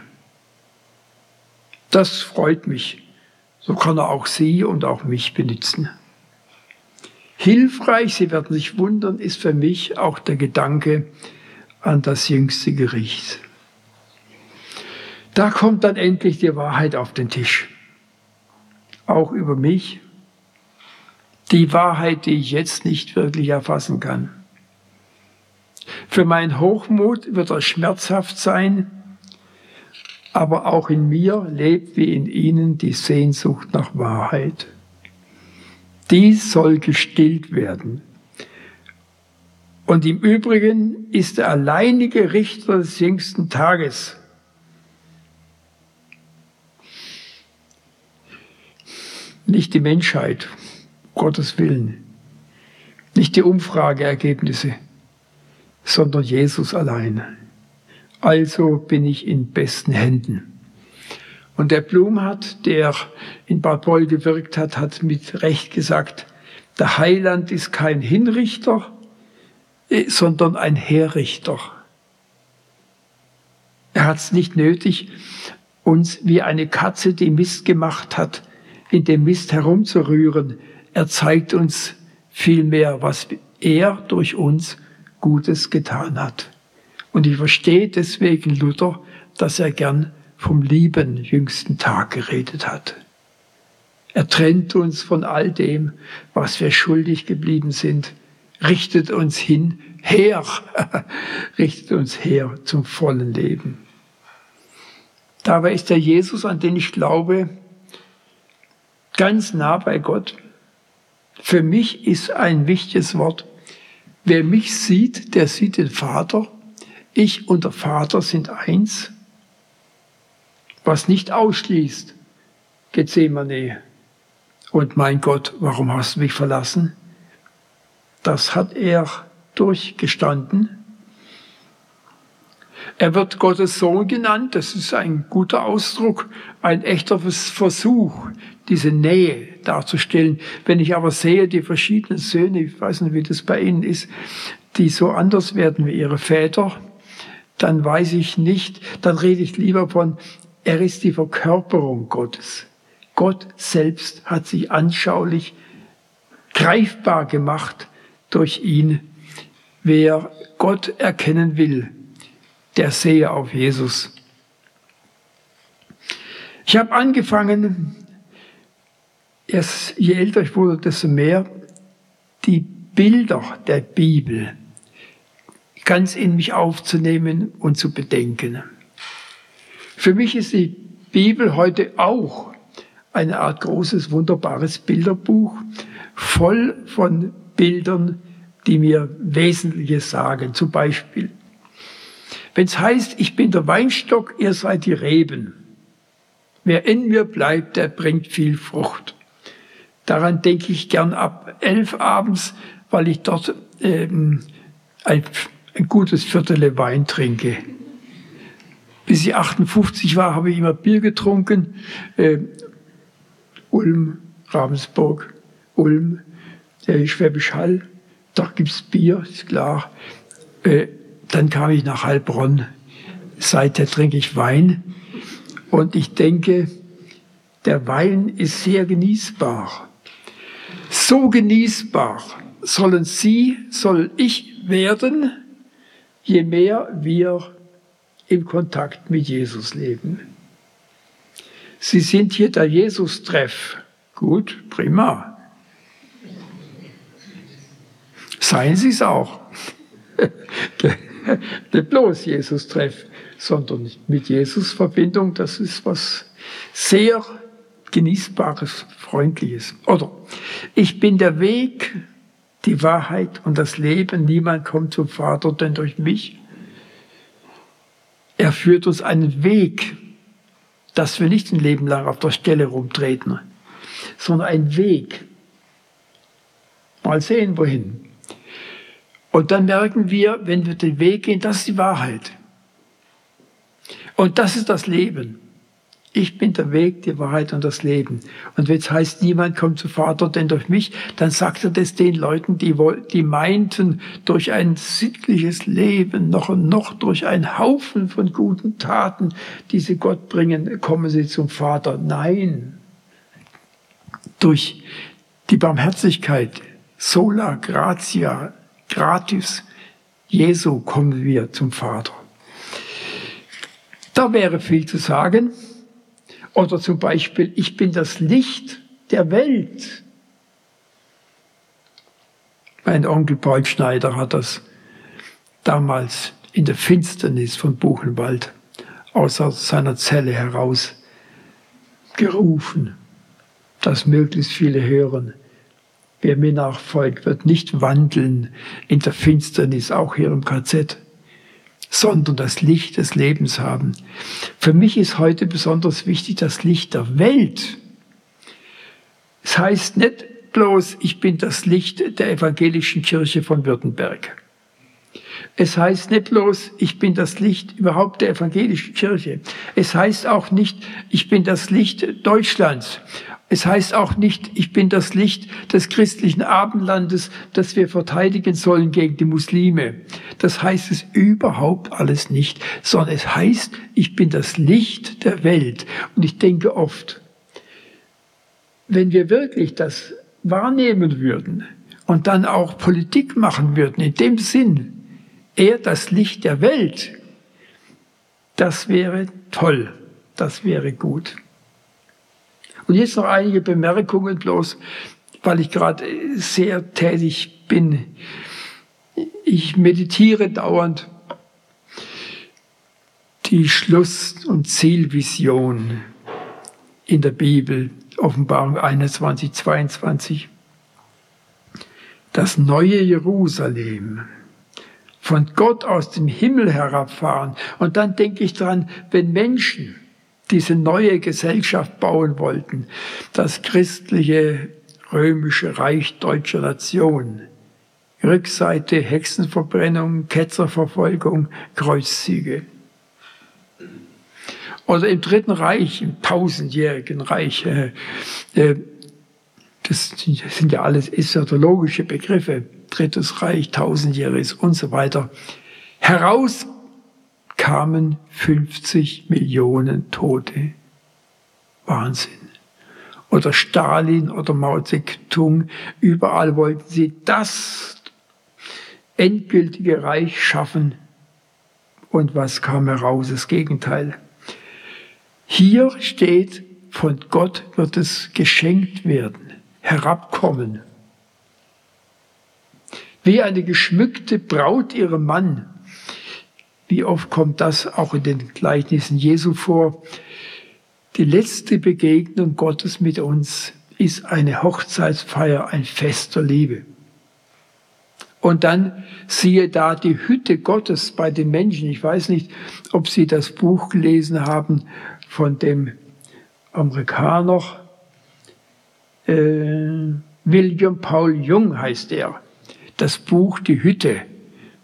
Das freut mich. So kann er auch Sie und auch mich benutzen. Hilfreich, Sie werden sich wundern, ist für mich auch der Gedanke an das jüngste Gericht. Da kommt dann endlich die Wahrheit auf den Tisch. Auch über mich. Die Wahrheit, die ich jetzt nicht wirklich erfassen kann. Für meinen Hochmut wird er schmerzhaft sein, aber auch in mir lebt wie in Ihnen die Sehnsucht nach Wahrheit. Dies soll gestillt werden. Und im Übrigen ist der alleinige Richter des jüngsten Tages. Nicht die Menschheit, Gottes Willen. Nicht die Umfrageergebnisse, sondern Jesus allein. Also bin ich in besten Händen. Und der Blumhardt, der in Bad Boll gewirkt hat, hat mit Recht gesagt, der Heiland ist kein Hinrichter, sondern ein Herrichter. Er hat es nicht nötig, uns wie eine Katze, die Mist gemacht hat, in dem Mist herumzurühren. Er zeigt uns vielmehr, was er durch uns Gutes getan hat. Und ich verstehe deswegen Luther, dass er gern vom lieben jüngsten Tag geredet hat. Er trennt uns von all dem, was wir schuldig geblieben sind, richtet uns hin, her, richtet uns her zum vollen Leben. Dabei ist der Jesus, an den ich glaube, ganz nah bei Gott. Für mich ist ein wichtiges Wort, wer mich sieht, der sieht den Vater. Ich und der Vater sind eins. Was nicht ausschließt, Gethsemane. Und mein Gott, warum hast du mich verlassen? Das hat er durchgestanden. Er wird Gottes Sohn genannt. Das ist ein guter Ausdruck, ein echter Versuch, diese Nähe darzustellen. Wenn ich aber sehe, die verschiedenen Söhne, ich weiß nicht, wie das bei Ihnen ist, die so anders werden wie ihre Väter, dann weiß ich nicht, dann rede ich lieber von, er ist die Verkörperung Gottes. Gott selbst hat sich anschaulich greifbar gemacht durch ihn. Wer Gott erkennen will, der sehe auf Jesus. Ich habe angefangen, erst je älter ich wurde, desto mehr die Bilder der Bibel ganz in mich aufzunehmen und zu bedenken. Für mich ist die Bibel heute auch eine Art großes, wunderbares Bilderbuch, voll von Bildern, die mir Wesentliches sagen. Zum Beispiel, wenn es heißt, ich bin der Weinstock, ihr seid die Reben. Wer in mir bleibt, der bringt viel Frucht. Daran denke ich gern ab elf abends, weil ich dort ähm, ein gutes Viertel Wein trinke. Bis ich achtundfünfzig war, habe ich immer Bier getrunken. Äh, Ulm, Ravensburg, Ulm, äh, Schwäbisch Hall, da gibt es Bier, ist klar. Äh, dann kam ich nach Heilbronn. Seither trinke ich Wein. Und ich denke, der Wein ist sehr genießbar. So genießbar sollen Sie, soll ich werden, je mehr wir im Kontakt mit Jesus leben. Sie sind hier der Jesus-Treff. Gut, prima. Seien Sie es auch. Nicht bloß Jesus-Treff, sondern mit Jesus-Verbindung, das ist was sehr Genießbares, Freundliches. Oder ich bin der Weg, die Wahrheit und das Leben. Niemand kommt zum Vater, denn durch mich. Er führt uns einen Weg, dass wir nicht ein Leben lang auf der Stelle rumtreten, sondern einen Weg. Mal sehen, wohin. Und dann merken wir, wenn wir den Weg gehen, das ist die Wahrheit. Und das ist das Leben. Ich bin der Weg, die Wahrheit und das Leben. Und wenn es heißt, niemand kommt zum Vater, denn durch mich, dann sagt er das den Leuten, die, die meinten, durch ein sittliches Leben, noch und noch durch einen Haufen von guten Taten, die sie Gott bringen, kommen sie zum Vater. Nein, durch die Barmherzigkeit, sola gratia, gratis, Jesu kommen wir zum Vater. Da wäre viel zu sagen. Oder zum Beispiel, ich bin das Licht der Welt. Mein Onkel Paul Schneider hat das damals in der Finsternis von Buchenwald aus seiner Zelle heraus gerufen, dass möglichst viele hören. Wer mir nachfolgt, wird nicht wandeln in der Finsternis, auch hier im K Z, sondern das Licht des Lebens haben. Für mich ist heute besonders wichtig das Licht der Welt. Es heißt nicht bloß, ich bin das Licht der evangelischen Kirche von Württemberg. Es heißt nicht bloß, ich bin das Licht überhaupt der evangelischen Kirche. Es heißt auch nicht, ich bin das Licht Deutschlands. Es heißt auch nicht, ich bin das Licht des christlichen Abendlandes, das wir verteidigen sollen gegen die Muslime. Das heißt es überhaupt alles nicht, sondern es heißt, ich bin das Licht der Welt. Und ich denke oft, wenn wir wirklich das wahrnehmen würden und dann auch Politik machen würden, in dem Sinn, er das Licht der Welt, das wäre toll, das wäre gut. Und jetzt noch einige Bemerkungen, bloß weil ich gerade sehr tätig bin. Ich meditiere dauernd die Schluss- und Zielvision in der Bibel, Offenbarung einundzwanzig, zweiundzwanzig. Das neue Jerusalem, von Gott aus dem Himmel herabfahren. Und dann denke ich dran, wenn Menschen diese neue Gesellschaft bauen wollten, das christliche römische Reich deutscher Nation, Rückseite Hexenverbrennung, Ketzerverfolgung, Kreuzzüge. Oder im Dritten Reich, im tausendjährigen Reich, äh, äh, das sind ja alles eschatologische Begriffe, Drittes Reich, tausendjähriges und so weiter, heraus kamen fünfzig Millionen Tote. Wahnsinn. Oder Stalin oder Mao Zedong, überall wollten sie das endgültige Reich schaffen. Und was kam heraus? Das Gegenteil. Hier steht, von Gott wird es geschenkt werden, herabkommen. Wie eine geschmückte Braut ihrem Mann. Wie oft kommt das auch in den Gleichnissen Jesu vor? Die letzte Begegnung Gottes mit uns ist eine Hochzeitsfeier, ein Fest der Liebe. Und dann siehe da die Hütte Gottes bei den Menschen. Ich weiß nicht, ob Sie das Buch gelesen haben von dem Amerikaner, äh, William Paul Young heißt er. Das Buch Die Hütte.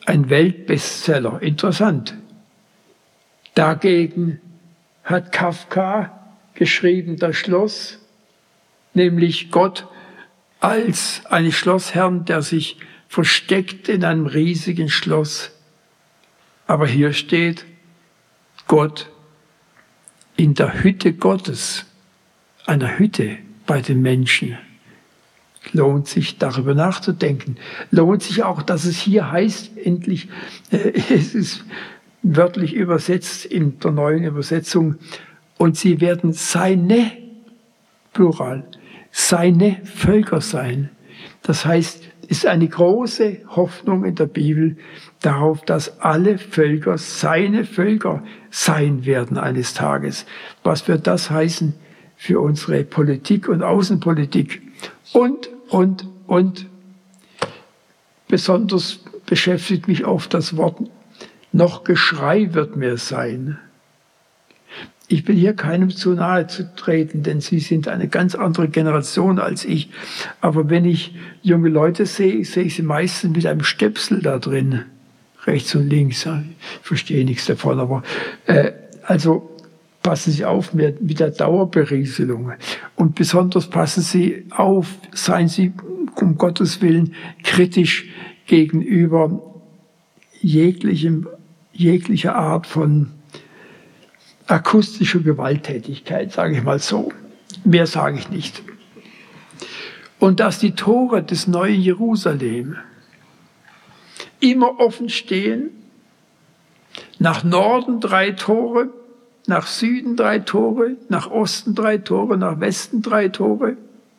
ein Weltbestseller. Interessant. Dagegen hat Kafka geschrieben, das Schloss, nämlich Gott als einen Schlossherrn, der sich versteckt in einem riesigen Schloss. Aber hier steht Gott in der Hütte Gottes, einer Hütte bei den Menschen. Lohnt sich, darüber nachzudenken. Lohnt sich auch, dass es hier heißt, endlich, äh, es ist wörtlich übersetzt in der neuen Übersetzung, und sie werden seine, Plural, seine Völker sein. Das heißt, es ist eine große Hoffnung in der Bibel darauf, dass alle Völker seine Völker sein werden eines Tages. Was wird das heißen für unsere Politik und Außenpolitik? Und, und, und, besonders beschäftigt mich oft das Wort, noch Geschrei wird mehr sein. Ich will hier keinem zu nahe zu treten, denn sie sind eine ganz andere Generation als ich. Aber wenn ich junge Leute sehe, sehe ich sie meistens mit einem Stöpsel da drin, rechts und links. Ich verstehe nichts davon, aber äh, also passen Sie auf mit, mit der Dauerberieselung. Und besonders passen Sie auf, seien Sie um Gottes Willen kritisch gegenüber jeglichem, jeglicher Art von akustische Gewalttätigkeit, sage ich mal so. Mehr sage ich nicht. Und dass die Tore des neuen Jerusalem immer offen stehen, nach Norden drei Tore, nach Süden drei Tore, nach Osten drei Tore, nach Westen drei Tore.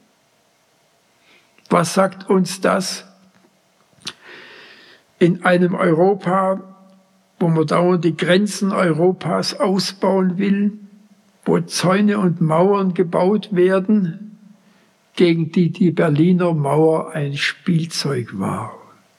Was sagt uns das in einem Europa, wo man dauernd die Grenzen Europas ausbauen will, wo Zäune und Mauern gebaut werden, gegen die die Berliner Mauer ein Spielzeug war?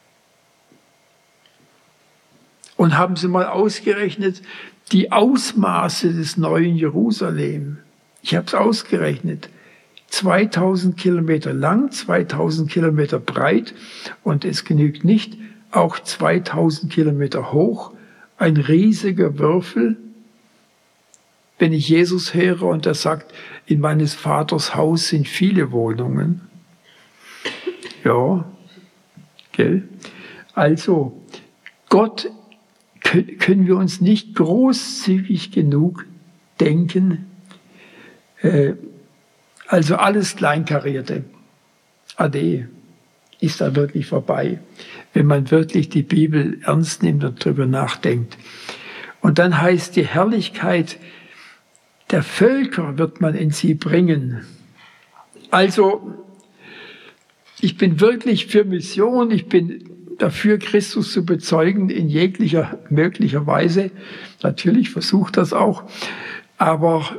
Und haben Sie mal ausgerechnet, die Ausmaße des neuen Jerusalem? Ich habe es ausgerechnet. zweitausend Kilometer lang, zweitausend Kilometer breit, und es genügt nicht, auch zweitausend Kilometer hoch. Ein riesiger Würfel. Wenn ich Jesus höre und er sagt, in meines Vaters Haus sind viele Wohnungen. Ja, gell? Also, Gott können wir uns nicht großzügig genug denken. Äh, also alles Kleinkarierte. Ade. Ist da wirklich vorbei, wenn man wirklich die Bibel ernst nimmt und darüber nachdenkt. Und dann heißt, die Herrlichkeit der Völker wird man in sie bringen. Also, ich bin wirklich für Mission, ich bin dafür, Christus zu bezeugen in jeglicher möglicher Weise. Natürlich versucht das auch, aber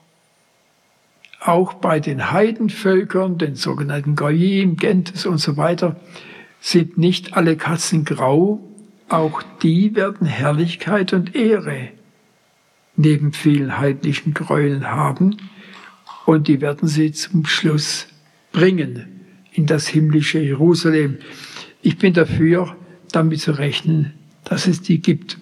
auch bei den Heidenvölkern, den sogenannten Goyim, Gentes und so weiter, sind nicht alle Katzen grau. Auch die werden Herrlichkeit und Ehre neben vielen heidnischen Gräueln haben. Und die werden sie zum Schluss bringen in das himmlische Jerusalem. Ich bin dafür, damit zu rechnen, dass es die gibt.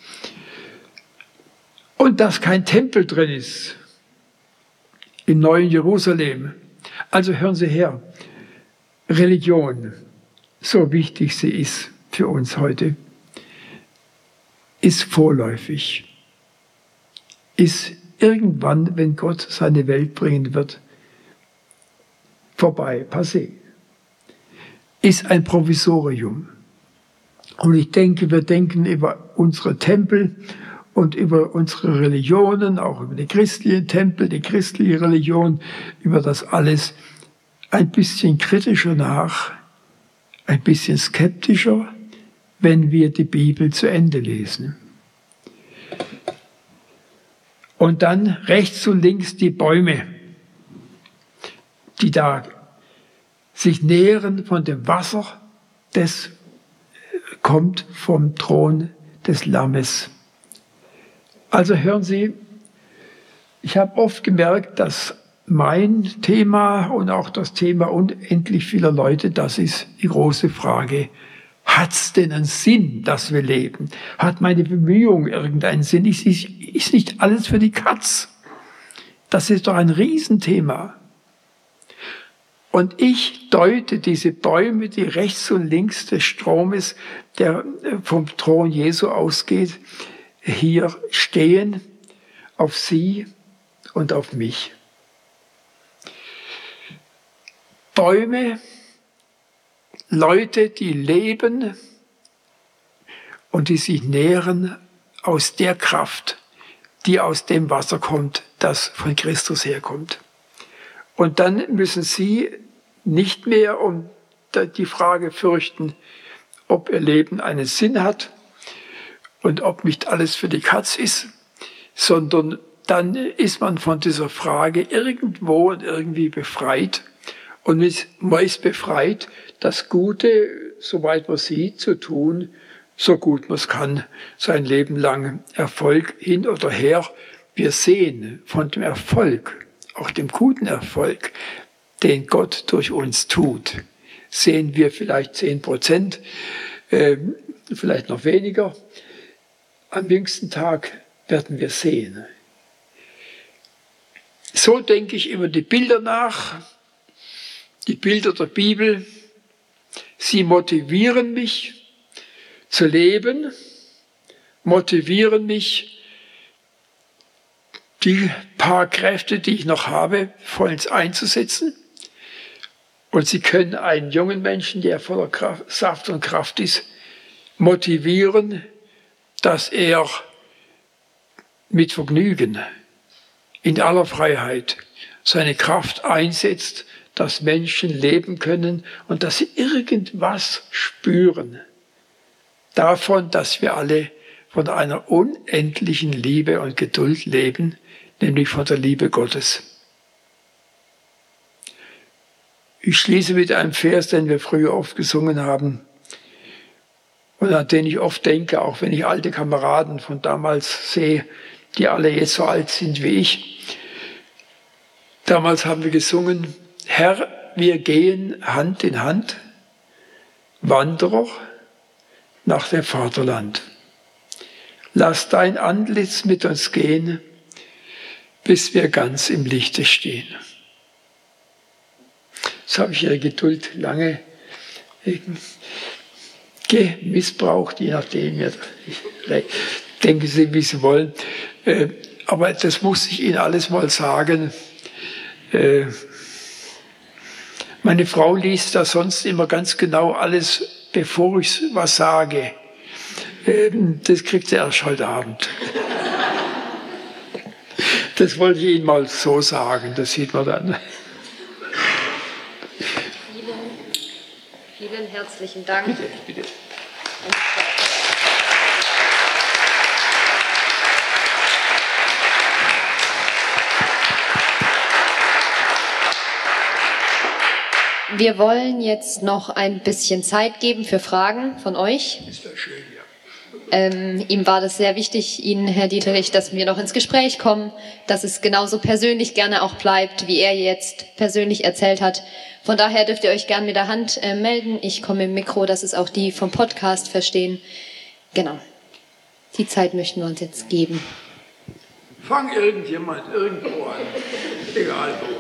Und dass kein Tempel drin ist im neuen Jerusalem. Also hören Sie her, Religion, so wichtig sie ist für uns heute, ist vorläufig, ist irgendwann, wenn Gott seine Welt bringen wird, vorbei, passé, ist ein Provisorium. Und ich denke, wir denken über unsere Tempel und über unsere Religionen, auch über die christlichen Tempel, die christliche Religion, über das alles ein bisschen kritischer nach, ein bisschen skeptischer, wenn wir die Bibel zu Ende lesen. Und dann rechts und links die Bäume, die da sich nähren von dem Wasser, das kommt vom Thron des Lammes. Also hören Sie, ich habe oft gemerkt, dass mein Thema und auch das Thema unendlich vieler Leute, das ist die große Frage, Hat's denn einen Sinn, dass wir leben? Hat meine Bemühung irgendeinen Sinn? Ist, ist, ist nicht alles für die Katz? Das ist doch ein Riesenthema. Und ich deute diese Bäume, die rechts und links des Stromes, der vom Thron Jesu ausgeht, hier stehen, auf sie und auf mich. Bäume, Leute, die leben und die sich nähren aus der Kraft, die aus dem Wasser kommt, das von Christus herkommt. Und dann müssen sie nicht mehr um die Frage fürchten, ob ihr Leben einen Sinn hat und ob nicht alles für die Katz ist, sondern dann ist man von dieser Frage irgendwo und irgendwie befreit. Und man ist befreit, das Gute, soweit man sieht, zu tun, so gut man es kann, sein Leben lang. Erfolg hin oder her. Wir sehen von dem Erfolg, auch dem guten Erfolg, den Gott durch uns tut, sehen wir vielleicht zehn Prozent, äh, vielleicht noch weniger. Am jüngsten Tag werden wir sehen. So denke ich über die Bilder nach, die Bilder der Bibel. Sie motivieren mich zu leben, motivieren mich, die paar Kräfte, die ich noch habe, vollends einzusetzen. Und sie können einen jungen Menschen, der voller Kraft, Saft und Kraft ist, motivieren, dass er mit Vergnügen, in aller Freiheit, seine Kraft einsetzt, dass Menschen leben können und dass sie irgendwas spüren davon, dass wir alle von einer unendlichen Liebe und Geduld leben, nämlich von der Liebe Gottes. Ich schließe mit einem Vers, den wir früher oft gesungen haben und an den ich oft denke, auch wenn ich alte Kameraden von damals sehe, die alle jetzt so alt sind wie ich. Damals haben wir gesungen: Herr, wir gehen Hand in Hand, Wanderer nach dem Vaterland. Lass dein Antlitz mit uns gehen, bis wir ganz im Lichte stehen. So habe ich Ihre Geduld lange gemissbraucht, je nachdem. Denken Sie, wie Sie wollen. Aber das muss ich Ihnen alles mal sagen. Meine Frau liest da sonst immer ganz genau alles, bevor ich was sage. Das kriegt sie erst heute Abend. Das wollte ich Ihnen mal so sagen, das sieht man dann. Vielen, vielen herzlichen Dank. Bitte, bitte. Wir wollen jetzt noch ein bisschen Zeit geben für Fragen von euch. Ist das schön, ja. Ähm, ihm war das sehr wichtig, Ihnen, Herr Dieterich, dass wir noch ins Gespräch kommen, dass es genauso persönlich gerne auch bleibt, wie er jetzt persönlich erzählt hat. Von daher dürft ihr euch gerne mit der Hand äh, melden. Ich komme im Mikro, dass es auch die vom Podcast verstehen. Genau. Die Zeit möchten wir uns jetzt geben. Fang irgendjemand irgendwo an, egal wo.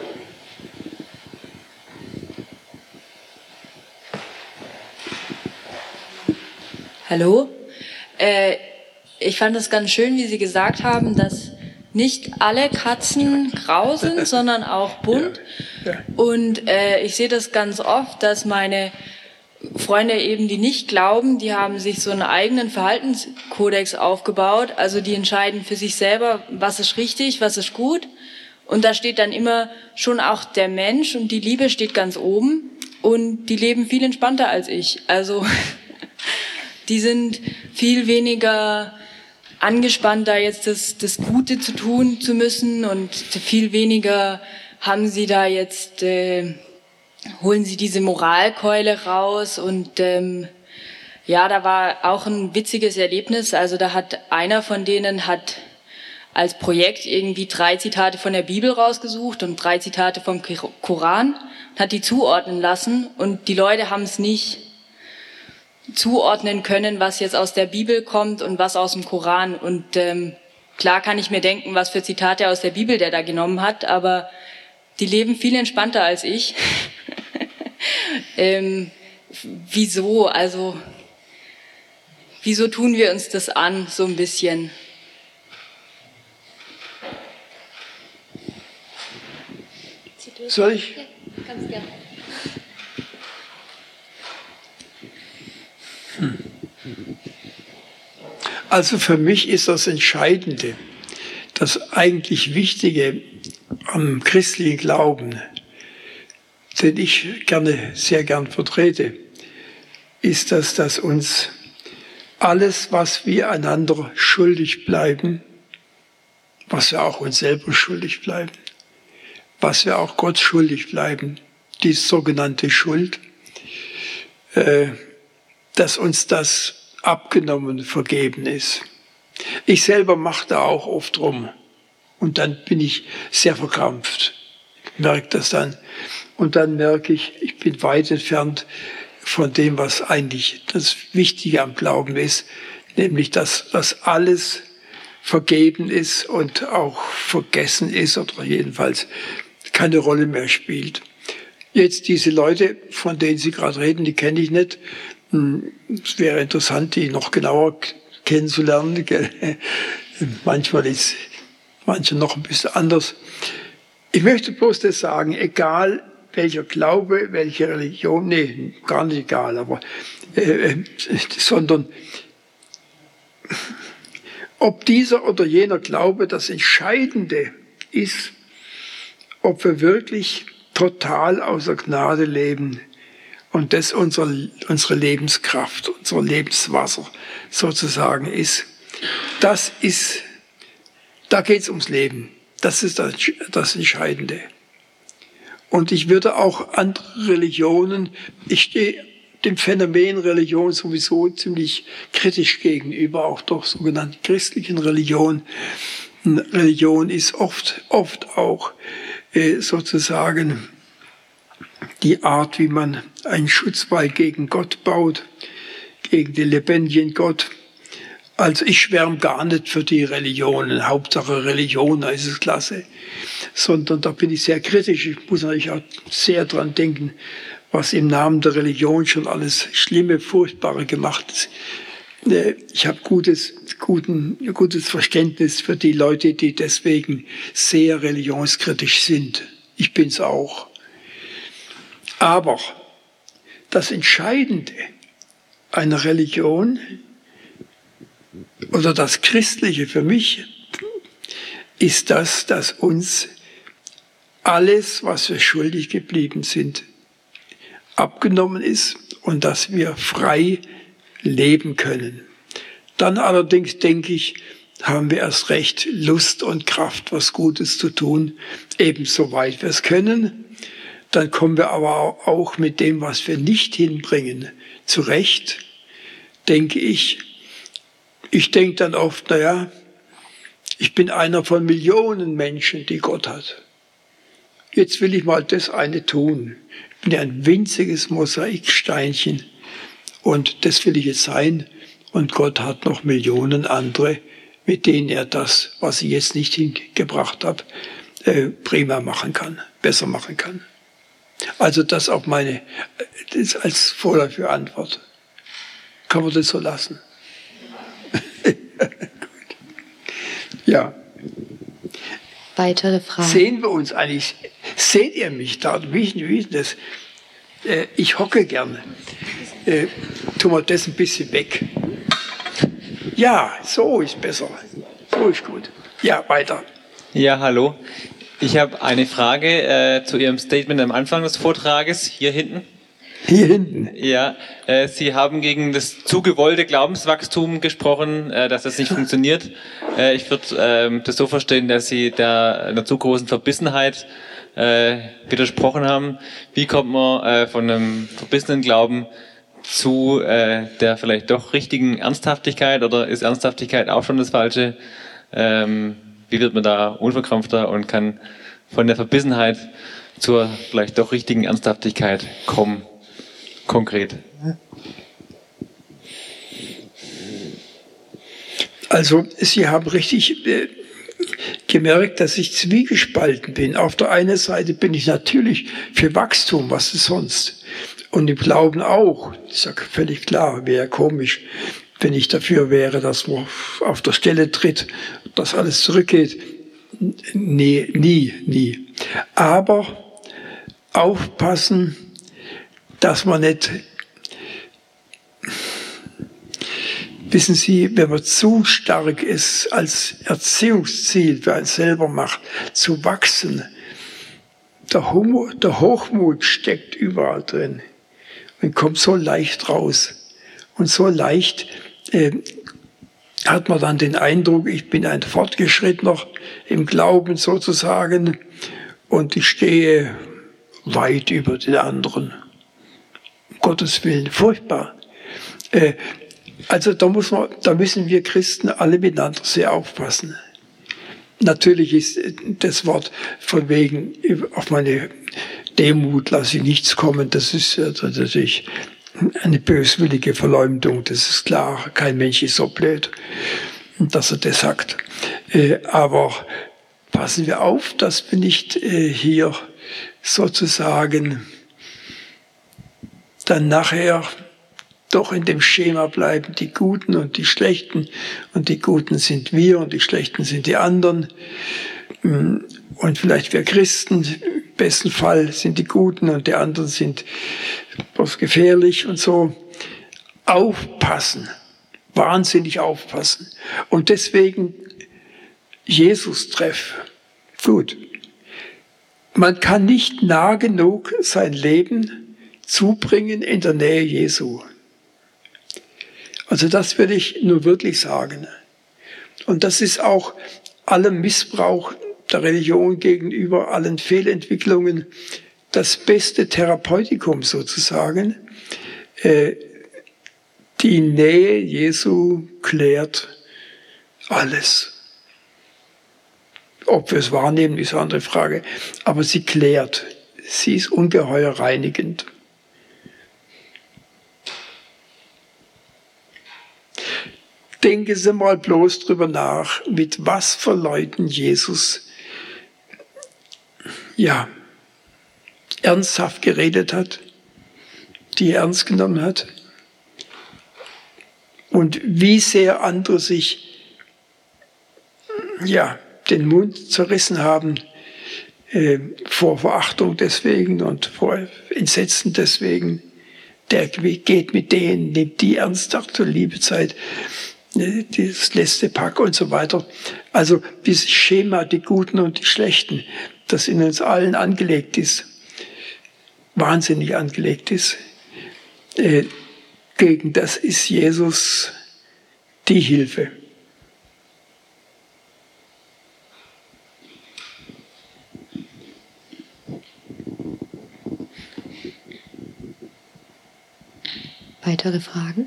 Hallo. Äh, ich fand es ganz schön, wie Sie gesagt haben, dass nicht alle Katzen grau sind, sondern auch bunt. Ja, ja. Und äh, ich sehe das ganz oft, dass meine Freunde eben, die nicht glauben, die haben sich so einen eigenen Verhaltenskodex aufgebaut. Also die entscheiden für sich selber, was ist richtig, was ist gut. Und da steht dann immer schon auch der Mensch und die Liebe steht ganz oben. Und die leben viel entspannter als ich. Also die sind viel weniger angespannt, da jetzt das, das Gute zu tun zu müssen, und viel weniger haben sie da jetzt, äh, holen sie diese Moralkeule raus. Und ähm, ja, da war auch ein witziges Erlebnis. Also da hat einer von denen hat als Projekt irgendwie drei Zitate von der Bibel rausgesucht und drei Zitate vom Koran und hat die zuordnen lassen, und die Leute haben es nicht zuordnen können, was jetzt aus der Bibel kommt und was aus dem Koran. Und ähm, klar kann ich mir denken, was für Zitate aus der Bibel der da genommen hat, aber die leben viel entspannter als ich. ähm, wieso? Also, wieso tun wir uns das an, so ein bisschen? Soll ich? Ja, ganz gerne. Also für mich ist das Entscheidende, das eigentlich Wichtige am christlichen Glauben, den ich gerne, sehr gern vertrete, ist das, dass uns alles, was wir einander schuldig bleiben, was wir auch uns selber schuldig bleiben, was wir auch Gott schuldig bleiben, die sogenannte Schuld, äh, dass uns das abgenommen, vergeben ist. Ich selber mache da auch oft rum und dann bin ich sehr verkrampft. Ich merke das dann und dann merke ich, ich bin weit entfernt von dem, was eigentlich das Wichtige am Glauben ist, nämlich dass das alles vergeben ist und auch vergessen ist oder jedenfalls keine Rolle mehr spielt. Jetzt diese Leute, von denen Sie gerade reden, die kenne ich nicht. Es wäre interessant, die noch genauer kennenzulernen. Manchmal ist manche noch ein bisschen anders. Ich möchte bloß das sagen, egal welcher Glaube, welche Religion, nee, gar nicht egal, aber äh, sondern ob dieser oder jener Glaube das Entscheidende ist, ob wir wirklich total außer Gnade leben und das unsere, unsere Lebenskraft, unser Lebenswasser sozusagen ist. Das ist, da geht es ums Leben. Das ist das, das Entscheidende. Und ich würde auch andere Religionen, ich stehe dem Phänomen Religion sowieso ziemlich kritisch gegenüber, auch doch sogenannten christlichen Religion. Religion ist oft, oft auch äh, sozusagen die Art, wie man einen Schutzwall gegen Gott baut, gegen den lebendigen Gott. Also ich schwärme gar nicht für die Religionen, Hauptsache Religion, da ist es klasse, sondern da bin ich sehr kritisch. Ich muss natürlich auch sehr dran denken, was im Namen der Religion schon alles Schlimme, Furchtbare gemacht ist. Ich habe gutes, guten, gutes Verständnis für die Leute, die deswegen sehr religionskritisch sind. Ich bin's auch. Aber das Entscheidende einer Religion oder das Christliche für mich ist das, dass uns alles, was wir schuldig geblieben sind, abgenommen ist und dass wir frei leben können. Dann allerdings, denke ich, haben wir erst recht Lust und Kraft, was Gutes zu tun, eben soweit wir es können. Dann kommen wir aber auch mit dem, was wir nicht hinbringen, zurecht, denke ich. Ich denke dann oft, naja, ich bin einer von Millionen Menschen, die Gott hat. Jetzt will ich mal das eine tun. Ich bin ja ein winziges Mosaiksteinchen und das will ich jetzt sein. Und Gott hat noch Millionen andere, mit denen er das, was ich jetzt nicht hingebracht habe, äh, prima machen kann, besser machen kann. Also das auch meine, das als vorläufige Antwort. Kann man das so lassen? Ja. Weitere Fragen? Sehen wir uns eigentlich, seht ihr mich da? Wie, wie ist das? Äh, ich hocke gerne. Äh, tun wir das ein bisschen weg. Ja, so ist besser. So ist gut. Ja, weiter. Ja, hallo. Ich habe eine Frage äh, zu Ihrem Statement am Anfang des Vortrages, hier hinten. Hier hinten? Ja, äh, Sie haben gegen das zu gewollte Glaubenswachstum gesprochen, äh, dass das nicht funktioniert. Äh, ich würde äh, das so verstehen, dass Sie da einer zu großen Verbissenheit äh, widersprochen haben. Wie kommt man äh, von einem verbissenen Glauben zu äh, der vielleicht doch richtigen Ernsthaftigkeit, oder ist Ernsthaftigkeit auch schon das Falsche? Ähm, wie wird man da unverkrampfter und kann von der Verbissenheit zur vielleicht doch richtigen Ernsthaftigkeit kommen? Konkret. Also Sie haben richtig äh, gemerkt, dass ich zwiegespalten bin. Auf der einen Seite bin ich natürlich für Wachstum, was ist sonst? Und im Glauben auch. Das ist ja völlig klar, wäre komisch, wenn ich dafür wäre, dass man auf der Stelle tritt, dass alles zurückgeht. Nee, nie, nie. Aber aufpassen, dass man nicht, wissen Sie, wenn man zu stark ist, als Erziehungsziel für einen selber macht, zu wachsen, der, Homo, der Hochmut steckt überall drin und kommt so leicht raus. Und so leicht äh, hat man dann den Eindruck, ich bin ein Fortgeschrittener im Glauben sozusagen und ich stehe weit über den anderen. Um Gottes Willen, furchtbar. Äh, also da, muss man, da müssen wir Christen alle miteinander sehr aufpassen. Natürlich ist das Wort von wegen, auf meine Demut lasse ich nichts kommen, das ist natürlich eine böswillige Verleumdung, das ist klar. Kein Mensch ist so blöd, dass er das sagt. Äh, aber passen wir auf, dass wir nicht äh, hier sozusagen dann nachher doch in dem Schema bleiben, die Guten und die Schlechten. Und die Guten sind wir und die Schlechten sind die anderen. Und vielleicht wir Christen, im besten Fall sind die Guten und die anderen sind bloß gefährlich und so. Aufpassen, wahnsinnig aufpassen. Und deswegen Jesus-Treff. Gut. Man kann nicht nah genug sein Leben zubringen in der Nähe Jesu. Also das würde ich nur wirklich sagen. Und das ist auch allem Missbrauch der Religion gegenüber, allen Fehlentwicklungen, das beste Therapeutikum sozusagen. Äh, die Nähe Jesu klärt alles. Ob wir es wahrnehmen, ist eine andere Frage. Aber sie klärt. Sie ist ungeheuer reinigend. Denken Sie mal bloß drüber nach, mit was für Leuten Jesus ja, ernsthaft geredet hat, die er ernst genommen hat. Und wie sehr andere sich ja, den Mund zerrissen haben äh, vor Verachtung deswegen und vor Entsetzen deswegen. Der geht mit denen, nimmt die ernsthaft zur Liebezeit. Das letzte Pack und so weiter. Also dieses Schema, die Guten und die Schlechten, das in uns allen angelegt ist, wahnsinnig angelegt ist, äh, gegen das ist Jesus die Hilfe. Weitere Fragen?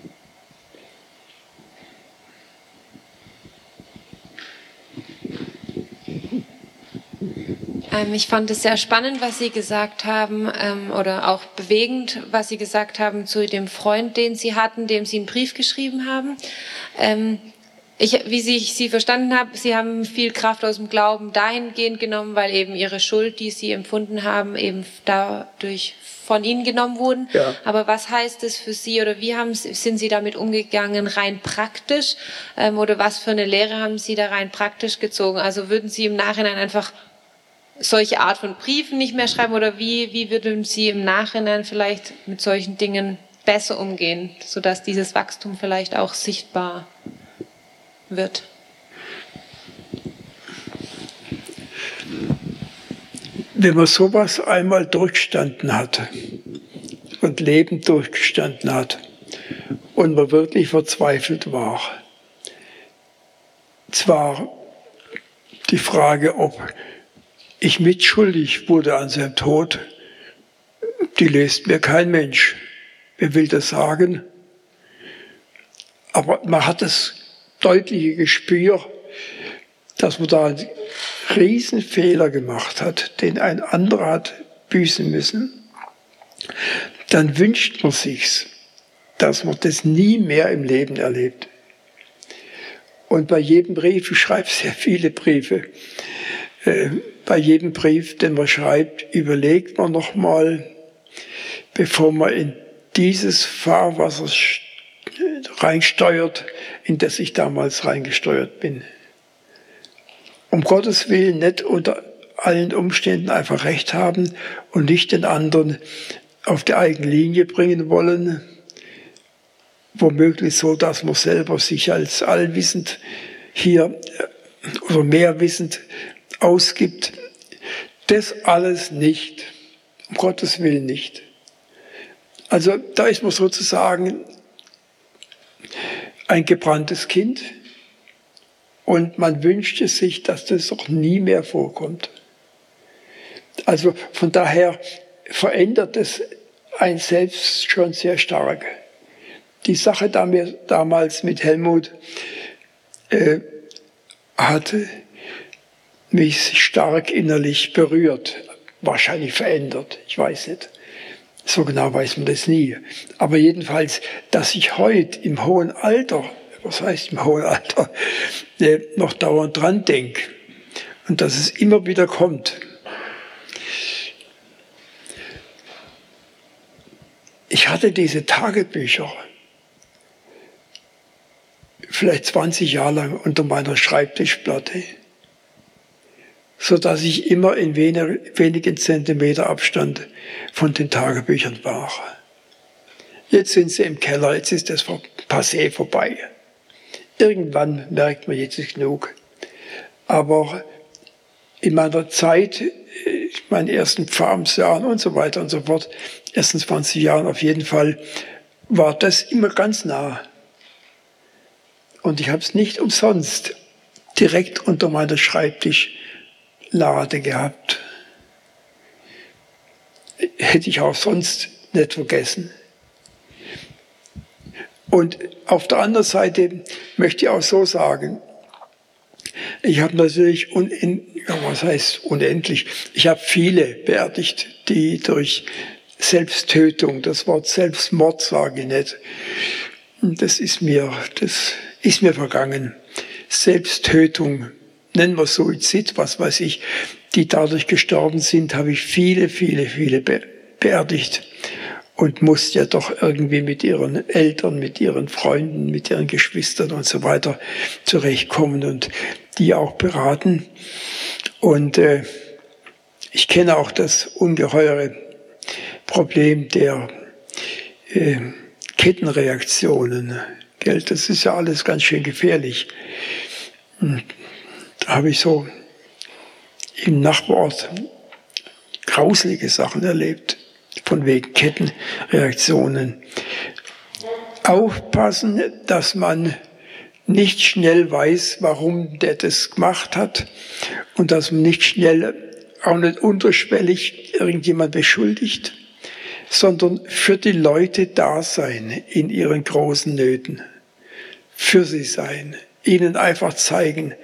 Ähm, ich fand es sehr spannend, was Sie gesagt haben, ähm, oder auch bewegend, was Sie gesagt haben zu dem Freund, den Sie hatten, dem Sie einen Brief geschrieben haben. Ähm, ich, wie Sie, ich Sie verstanden habe, Sie haben viel Kraft aus dem Glauben dahingehend genommen, weil eben Ihre Schuld, die Sie empfunden haben, eben dadurch von Ihnen genommen wurden. Ja. Aber was heißt das für Sie oder wie haben, sind Sie damit umgegangen, rein praktisch? Ähm, oder was für eine Lehre haben Sie da rein praktisch gezogen? Also würden Sie im Nachhinein einfach solche Art von Briefen nicht mehr schreiben oder wie, wie würden Sie im Nachhinein vielleicht mit solchen Dingen besser umgehen, sodass dieses Wachstum vielleicht auch sichtbar wird? Wenn man sowas einmal durchgestanden hat und Leben durchgestanden hat und man wirklich verzweifelt war, zwar die Frage, ob ich mitschuldig wurde an seinem Tod, die lässt mir kein Mensch. Wer will das sagen? Aber man hat das deutliche Gespür, dass man da einen Riesenfehler gemacht hat, den ein anderer hat büßen müssen. Dann wünscht man sich's, dass man das nie mehr im Leben erlebt. Und bei jedem Brief, ich schreibe sehr viele Briefe, äh, bei jedem Brief, den man schreibt, überlegt man nochmal, bevor man in dieses Fahrwasser reinsteuert, in das ich damals reingesteuert bin. Um Gottes Willen nicht unter allen Umständen einfach Recht haben und nicht den anderen auf die eigene Linie bringen wollen, womöglich so, dass man selber sich als allwissend hier oder mehr wissend ausgibt. Das alles nicht, um Gottes Willen nicht. Also da ist man sozusagen ein gebranntes Kind und man wünschte sich, dass das doch nie mehr vorkommt. Also von daher verändert es einen selbst schon sehr stark. Die Sache damals mit Helmut äh, hatte mich stark innerlich berührt, wahrscheinlich verändert, ich weiß nicht. So genau weiß man das nie. Aber jedenfalls, dass ich heute im hohen Alter, was heißt im hohen Alter, äh, noch dauernd dran denke und dass es immer wieder kommt. Ich hatte diese Tagebücher vielleicht zwanzig Jahre lang unter meiner Schreibtischplatte, sodass ich immer in wenigen Zentimeter Abstand von den Tagebüchern war. Jetzt sind sie im Keller, jetzt ist das passé vorbei. Irgendwann merkt man, jetzt ist genug. Aber in meiner Zeit, meinen ersten Pfarrungsjahren und so weiter und so fort, ersten zwanzig Jahren auf jeden Fall, war das immer ganz nah. Und ich habe es nicht umsonst direkt unter meiner Schreibtischlade gehabt. Hätte ich auch sonst nicht vergessen. Und auf der anderen Seite möchte ich auch so sagen, ich habe natürlich, unen, ja, was heißt unendlich, ich habe viele beerdigt, die durch Selbsttötung, das Wort Selbstmord sage ich nicht, das ist mir, das ist mir vergangen. Selbsttötung, nennen wir Suizid, was weiß ich, die dadurch gestorben sind, habe ich viele, viele, viele be beerdigt und musste ja doch irgendwie mit ihren Eltern, mit ihren Freunden, mit ihren Geschwistern und so weiter zurechtkommen und die auch beraten. Und äh, ich kenne auch das ungeheure Problem der äh, Kettenreaktionen. Gell? Das ist ja alles ganz schön gefährlich. Und da habe ich so im Nachbarort grauselige Sachen erlebt, von wegen Kettenreaktionen. Aufpassen, dass man nicht schnell weiß, warum der das gemacht hat und dass man nicht schnell, auch nicht unterschwellig irgendjemand beschuldigt, sondern für die Leute da sein in ihren großen Nöten, für sie sein, ihnen einfach zeigen,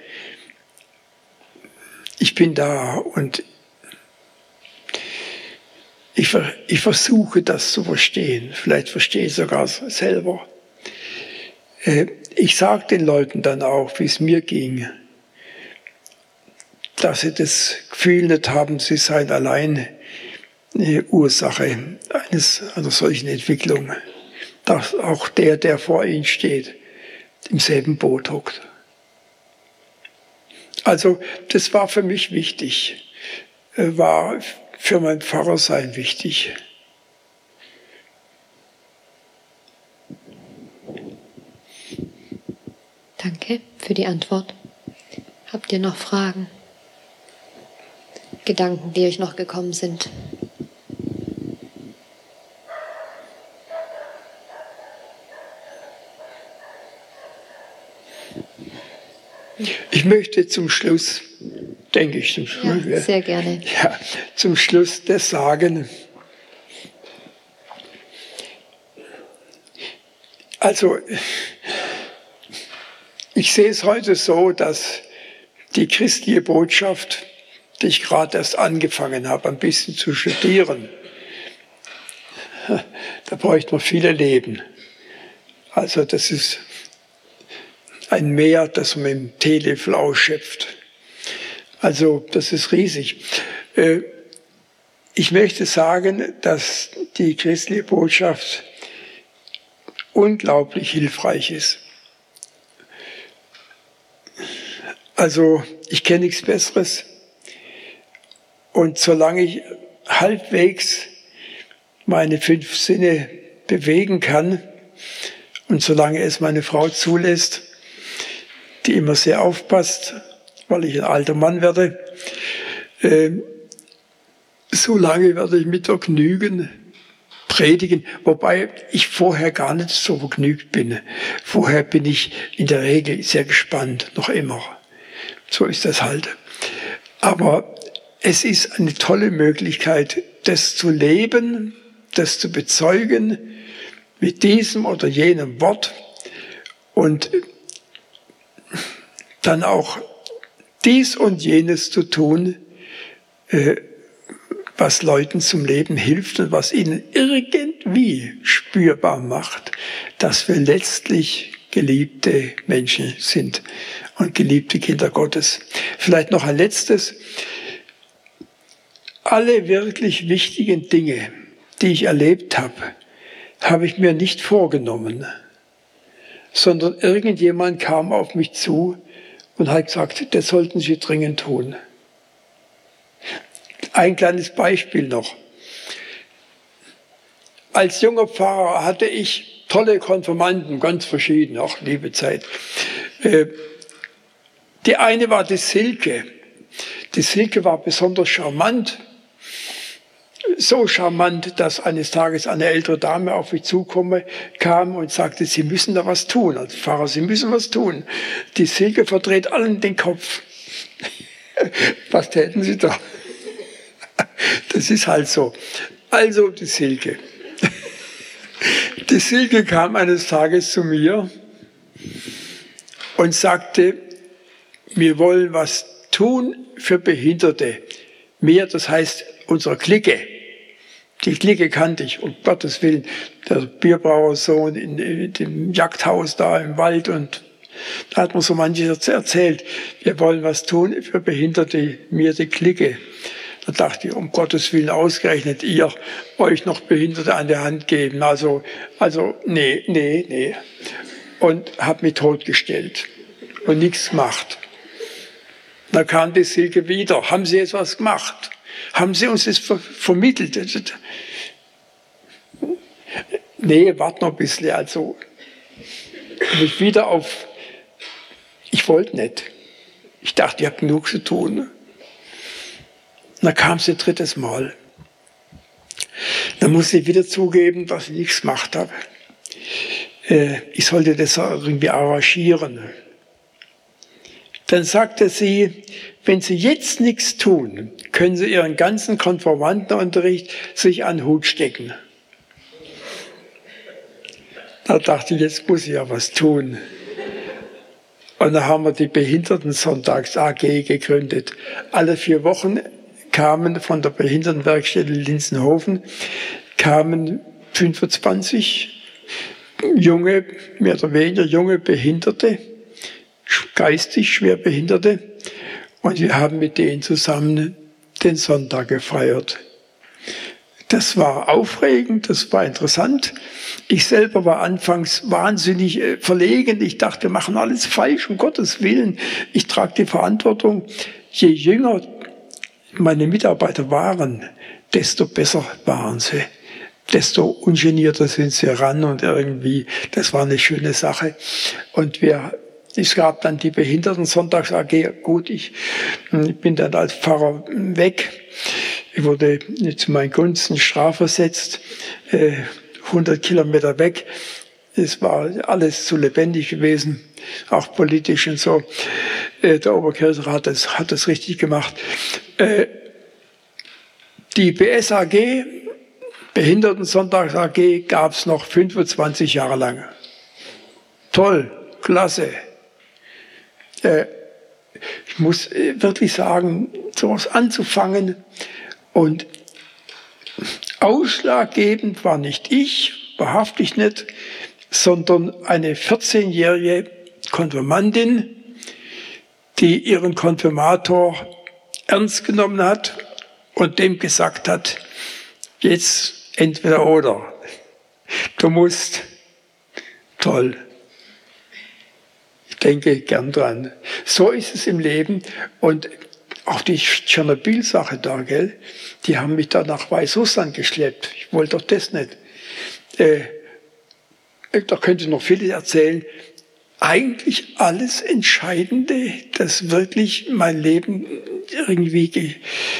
ich bin da und ich, ich versuche das zu verstehen, vielleicht verstehe ich sogar selber. Ich sage den Leuten dann auch, wie es mir ging, dass sie das Gefühl nicht haben, sie seien allein eine Ursache eines, einer solchen Entwicklung. Dass auch der, der vor ihnen steht, im selben Boot hockt. Also das war für mich wichtig, war für mein Pfarrersein wichtig. Danke für die Antwort. Habt ihr noch Fragen? Gedanken, die euch noch gekommen sind? Ich möchte zum Schluss, denke ich zum Schluss, ja, sehr gerne. Ja, zum Schluss das sagen. Also, ich sehe es heute so, dass die christliche Botschaft, die ich gerade erst angefangen habe, ein bisschen zu studieren, da bräuchte man viele Leben. Also das ist ein Meer, das man mit dem Teelöffel ausschöpft. Also das ist riesig. Ich möchte sagen, dass die christliche Botschaft unglaublich hilfreich ist. Also ich kenne nichts Besseres. Und solange ich halbwegs meine fünf Sinne bewegen kann und solange es meine Frau zulässt, die immer sehr aufpasst, weil ich ein alter Mann werde, äh, so lange werde ich mit Vergnügen predigen, wobei ich vorher gar nicht so vergnügt bin. Vorher bin ich in der Regel sehr gespannt, noch immer. So ist das halt. Aber es ist eine tolle Möglichkeit, das zu leben, das zu bezeugen, mit diesem oder jenem Wort und dann auch dies und jenes zu tun, äh, was Leuten zum Leben hilft und was ihnen irgendwie spürbar macht, dass wir letztlich geliebte Menschen sind und geliebte Kinder Gottes. Vielleicht noch ein letztes. Alle wirklich wichtigen Dinge, die ich erlebt habe, habe ich mir nicht vorgenommen, sondern irgendjemand kam auf mich zu und hat gesagt, das sollten Sie dringend tun. Ein kleines Beispiel noch. Als junger Pfarrer hatte ich tolle Konfirmanden, ganz verschieden, auch liebe Zeit. Die eine war die Silke. Die Silke war besonders charmant. So charmant, dass eines Tages eine ältere Dame auf mich zukomme, kam und sagte, Sie müssen da was tun. Als Pfarrer, Sie müssen was tun. Die Silke verdreht allen den Kopf. Was täten Sie da? Das ist halt so. Also die Silke. Die Silke kam eines Tages zu mir und sagte, wir wollen was tun für Behinderte. Mehr, das heißt unsere Clique. Die Clique kannte ich, um Gottes Willen. Der Bierbrauersohn in, in dem Jagdhaus da im Wald, und da hat man so manches erzählt. Wir wollen was tun für Behinderte, mir die Clique. Da dachte ich, um Gottes Willen, ausgerechnet ihr euch noch Behinderte an der Hand geben. Also, also nee, nee, nee. Und habe mich totgestellt und nichts gemacht. Da kam die Silke wieder. Haben Sie jetzt was gemacht? Haben Sie uns das ver vermittelt? Nee, warte noch ein bisschen. Also, mich wieder auf, ich wollte nicht. Ich dachte, ich habe genug zu tun. Dann kam sie ein drittes Mal. Dann musste ich wieder zugeben, dass ich nichts gemacht habe. Ich sollte das irgendwie arrangieren. Dann sagte sie, wenn Sie jetzt nichts tun, können Sie Ihren ganzen Konfirmandenunterricht sich an den Hut stecken. Da dachte ich, jetzt muss ich ja was tun. Und dann haben wir die Behindertensonntags-A G gegründet. Alle vier Wochen kamen von der Behindertenwerkstätte Linsenhofen kamen fünfundzwanzig junge, mehr oder weniger junge Behinderte, geistig Schwerbehinderte, und wir haben mit denen zusammen den Sonntag gefeiert. Das war aufregend, das war interessant. Ich selber war anfangs wahnsinnig verlegen. Ich dachte, wir machen alles falsch, um Gottes Willen. Ich trage die Verantwortung. Je jünger meine Mitarbeiter waren, desto besser waren sie. Desto ungenierter sind sie ran, und irgendwie, das war eine schöne Sache. Und wir, es gab dann die Behinderten-Sonntags-A G. Gut, ich, ich bin dann als Pfarrer weg. Ich wurde zu meinen Gunsten strafversetzt, äh, hundert Kilometer weg. Es war alles zu lebendig gewesen, auch politisch und so. Äh, der Oberkirchner hat das, hat das richtig gemacht. Äh, die B S A G, Behindertensonntags-A G, gab es noch fünfundzwanzig Jahre lang. Toll, klasse. Äh, ich muss wirklich sagen, sowas anzufangen. Und ausschlaggebend war nicht ich, wahrhaftig nicht, sondern eine vierzehnjährige Konfirmandin, die ihren Konfirmator ernst genommen hat und dem gesagt hat, jetzt entweder oder. Du musst. Toll. Ich denke gern dran. So ist es im Leben. Und auch die Tschernobyl-Sache da, gell, die haben mich da nach Weißrussland geschleppt. Ich wollte doch das nicht. Äh, da könnte ich noch vieles erzählen. Eigentlich alles Entscheidende, das wirklich mein Leben irgendwie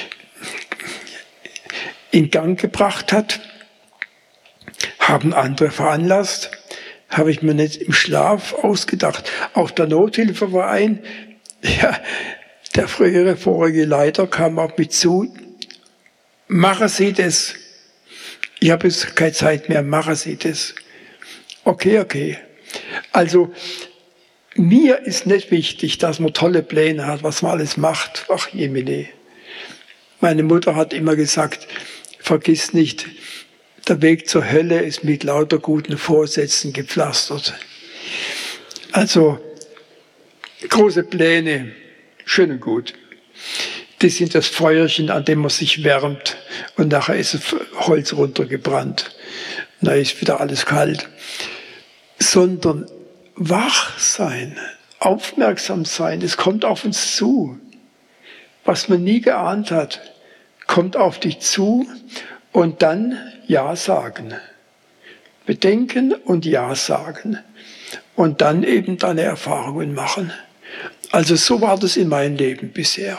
in Gang gebracht hat, haben andere veranlasst, habe ich mir nicht im Schlaf ausgedacht. Auch der Nothilfeverein, ja, der frühere vorige Leiter kam auf mich zu, machen Sie das. Ich habe jetzt keine Zeit mehr, machen Sie das. Okay, okay. Also, mir ist nicht wichtig, dass man tolle Pläne hat, was man alles macht. Ach, jemine. Meine Mutter hat immer gesagt, vergiss nicht, der Weg zur Hölle ist mit lauter guten Vorsätzen gepflastert. Also, große Pläne, schön und gut. Die sind das Feuerchen, an dem man sich wärmt und nachher ist das Holz runtergebrannt. Da ist wieder alles kalt. Sondern wach sein, aufmerksam sein, es kommt auf uns zu. Was man nie geahnt hat, kommt auf dich zu und dann Ja sagen. Bedenken und Ja sagen. Und dann eben deine Erfahrungen machen. Also so war das in meinem Leben bisher.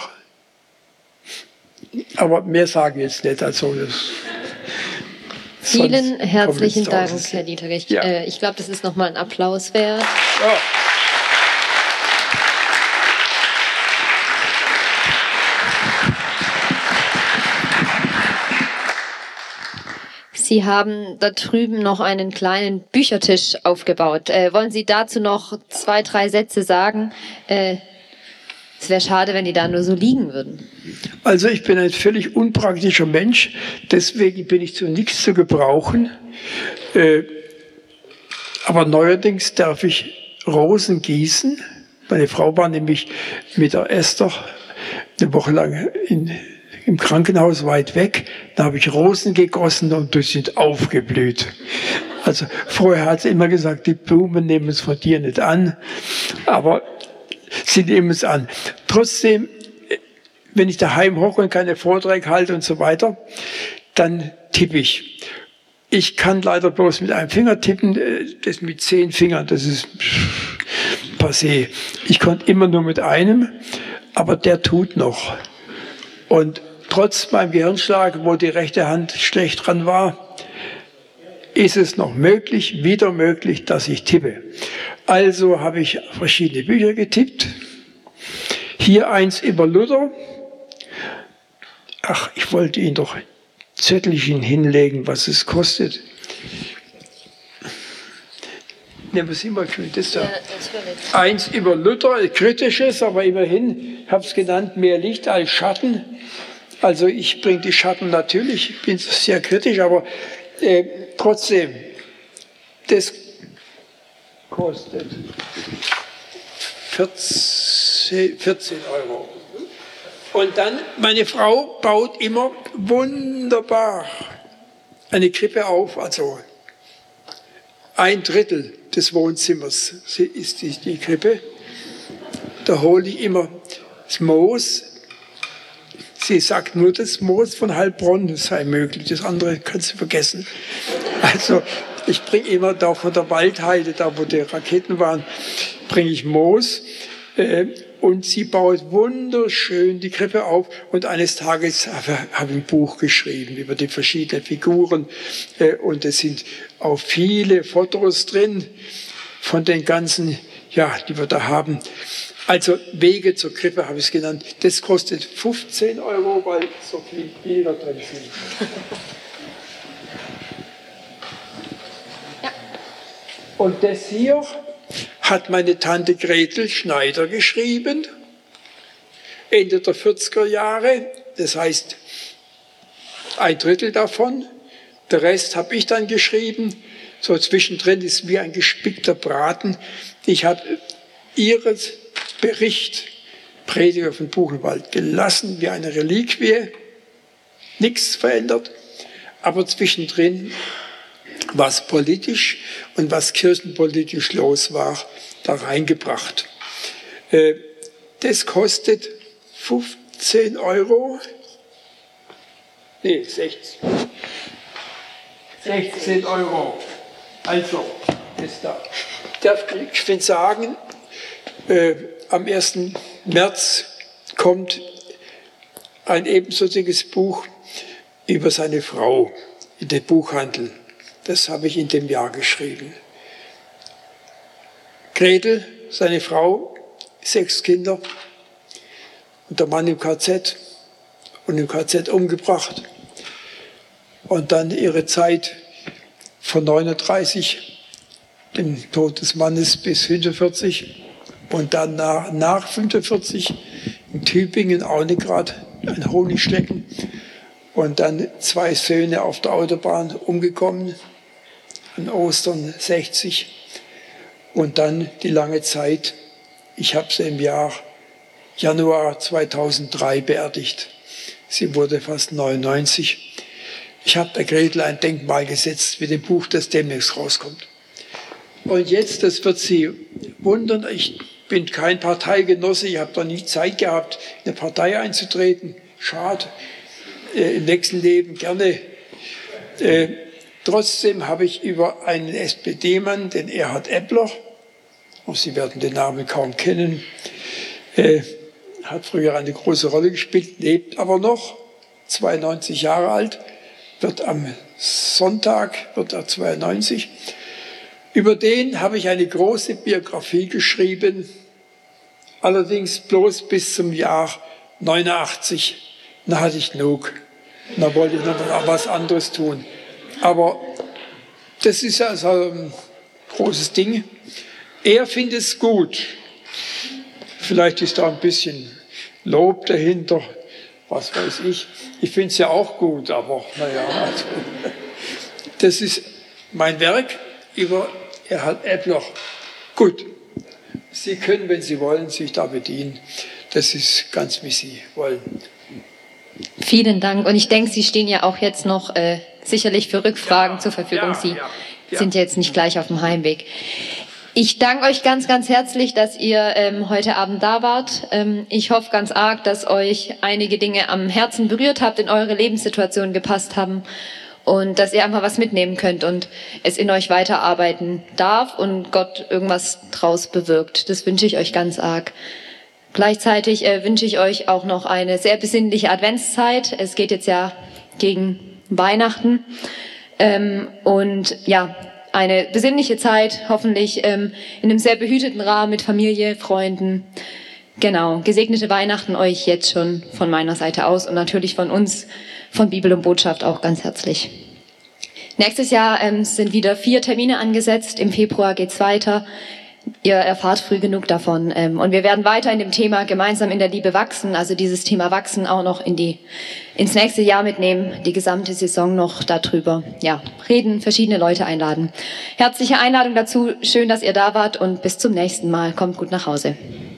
Aber mehr sage ich jetzt nicht. Also das Vielen herzlichen Dank, Herr Dieterich. Ja. Äh, ich glaube, das ist nochmal ein Applaus wert. Ja. Sie haben da drüben noch einen kleinen Büchertisch aufgebaut. Äh, wollen Sie dazu noch zwei, drei Sätze sagen? Äh, es wäre schade, wenn die da nur so liegen würden. Also ich bin ein völlig unpraktischer Mensch, deswegen bin ich zu nichts zu gebrauchen. Äh, aber neuerdings darf ich Rosen gießen. Meine Frau war nämlich mit der Esther eine Woche lang in, im Krankenhaus weit weg. Da habe ich Rosen gegossen und die sind aufgeblüht. Also vorher hat sie immer gesagt, die Blumen nehmen es von dir nicht an, aber sie nehmen es an. Trotzdem, wenn ich daheim hocke und keine Vorträge halte und so weiter, dann tippe ich. Ich kann leider bloß mit einem Finger tippen, das mit zehn Fingern, das ist passé. Ich konnte immer nur mit einem, aber der tut noch. Und trotz meinem Gehirnschlag, wo die rechte Hand schlecht dran war, ist es noch möglich, wieder möglich, dass ich tippe. Also habe ich verschiedene Bücher getippt. Hier eins über Luther. Ach, ich wollte Ihnen doch Zettelchen hinlegen, was es kostet. Nehmen Sie mal das da. Ja, eins über Luther, kritisches, aber immerhin, ich habe es genannt, mehr Licht als Schatten. Also ich bringe die Schatten natürlich, ich bin sehr kritisch, aber äh, trotzdem, das kostet vierzehn, vierzehn Euro. Und dann, meine Frau baut immer wunderbar eine Krippe auf, also ein Drittel des Wohnzimmers ist die, die Krippe. Da hole ich immer das Moos. Sie sagt nur, das Moos von Heilbronn sei möglich, das andere kannst du vergessen. Also ich bringe immer da von der Waldheide, da wo die Raketen waren, bringe ich Moos. Äh, und sie baut wunderschön die Krippe auf. Und eines Tages habe ich ein Buch geschrieben über die verschiedenen Figuren. Äh, und es sind auch viele Fotos drin von den ganzen, ja, die wir da haben. Also Wege zur Krippe habe ich es genannt. Das kostet fünfzehn Euro, weil so viele Bilder drin sind. Ja. Und das hier hat meine Tante Gretel Schneider geschrieben, Ende der vierziger Jahre, das heißt ein Drittel davon. Der Rest habe ich dann geschrieben. So zwischendrin ist wie ein gespickter Braten. Ich habe ihres Bericht, Prediger von Buchenwald, gelassen wie eine Reliquie, nichts verändert, aber zwischendrin, was politisch und was kirchenpolitisch los war, da reingebracht. Das kostet fünfzehn Euro, nee, sechzehn, sechzehn Euro. Also, das da. Darf ich will sagen, äh, am ersten März kommt ein ebensolches Buch über seine Frau in den Buchhandel. Das habe ich in dem Jahr geschrieben. Gretel, seine Frau, sechs Kinder und der Mann im K Z und im K Z umgebracht. Und dann ihre Zeit von neununddreißig, dem Tod des Mannes, bis fünfundvierzig und dann nach, nach fünfundvierzig in Tübingen auch nicht gerade ein Honigschlecken und dann zwei Söhne auf der Autobahn umgekommen, an Ostern sechzig und dann die lange Zeit, ich habe sie im Jahr Januar zweitausenddrei beerdigt. Sie wurde fast neunundneunzig. Ich habe der Gretel ein Denkmal gesetzt mit dem Buch, das demnächst rauskommt. Und jetzt, das wird Sie wundern, ich bin kein Parteigenosse, ich habe da nie Zeit gehabt, in eine Partei einzutreten. Schade, äh, im Wechselleben gerne. Äh, trotzdem habe ich über einen S P D-Mann, den Erhard Eppler, und Sie werden den Namen kaum kennen, äh, hat früher eine große Rolle gespielt, lebt aber noch, zweiundneunzig Jahre alt, wird am Sonntag, wird er zweiundneunzig. Über den habe ich eine große Biografie geschrieben, allerdings bloß bis zum Jahr neunundachtzig. Da hatte ich genug. Da wollte ich noch was anderes tun. Aber das ist also ein großes Ding. Er findet es gut. Vielleicht ist da ein bisschen Lob dahinter, was weiß ich. Ich finde es ja auch gut, aber naja. Also, das ist mein Werk über Erhard Eppler. Gut, Sie können, wenn Sie wollen, sich da bedienen. Das ist ganz, wie Sie wollen. Vielen Dank. Und ich denke, Sie stehen ja auch jetzt noch äh, sicherlich für Rückfragen ja, zur Verfügung. Ja, Sie ja, ja. sind jetzt nicht gleich auf dem Heimweg. Ich danke euch ganz, ganz herzlich, dass ihr ähm, heute Abend da wart. Ähm, ich hoffe ganz arg, dass euch einige Dinge am Herzen berührt habt, in eure Lebenssituation gepasst haben und dass ihr einfach was mitnehmen könnt und es in euch weiterarbeiten darf und Gott irgendwas draus bewirkt. Das wünsche ich euch ganz arg. Gleichzeitig äh, wünsche ich euch auch noch eine sehr besinnliche Adventszeit. Es geht jetzt ja gegen Weihnachten ähm, und ja, eine besinnliche Zeit, hoffentlich ähm, in einem sehr behüteten Rahmen mit Familie, Freunden. Genau, gesegnete Weihnachten euch jetzt schon von meiner Seite aus und natürlich von uns, von Bibel und Botschaft auch ganz herzlich. Nächstes Jahr ähm, sind wieder vier Termine angesetzt. Im Februar geht's weiter. Ihr erfahrt früh genug davon. Ähm, und wir werden weiter in dem Thema gemeinsam in der Liebe wachsen, also dieses Thema Wachsen auch noch in die, ins nächste Jahr mitnehmen, die gesamte Saison noch darüber, ja, reden, verschiedene Leute einladen. Herzliche Einladung dazu, schön, dass ihr da wart und bis zum nächsten Mal. Kommt gut nach Hause.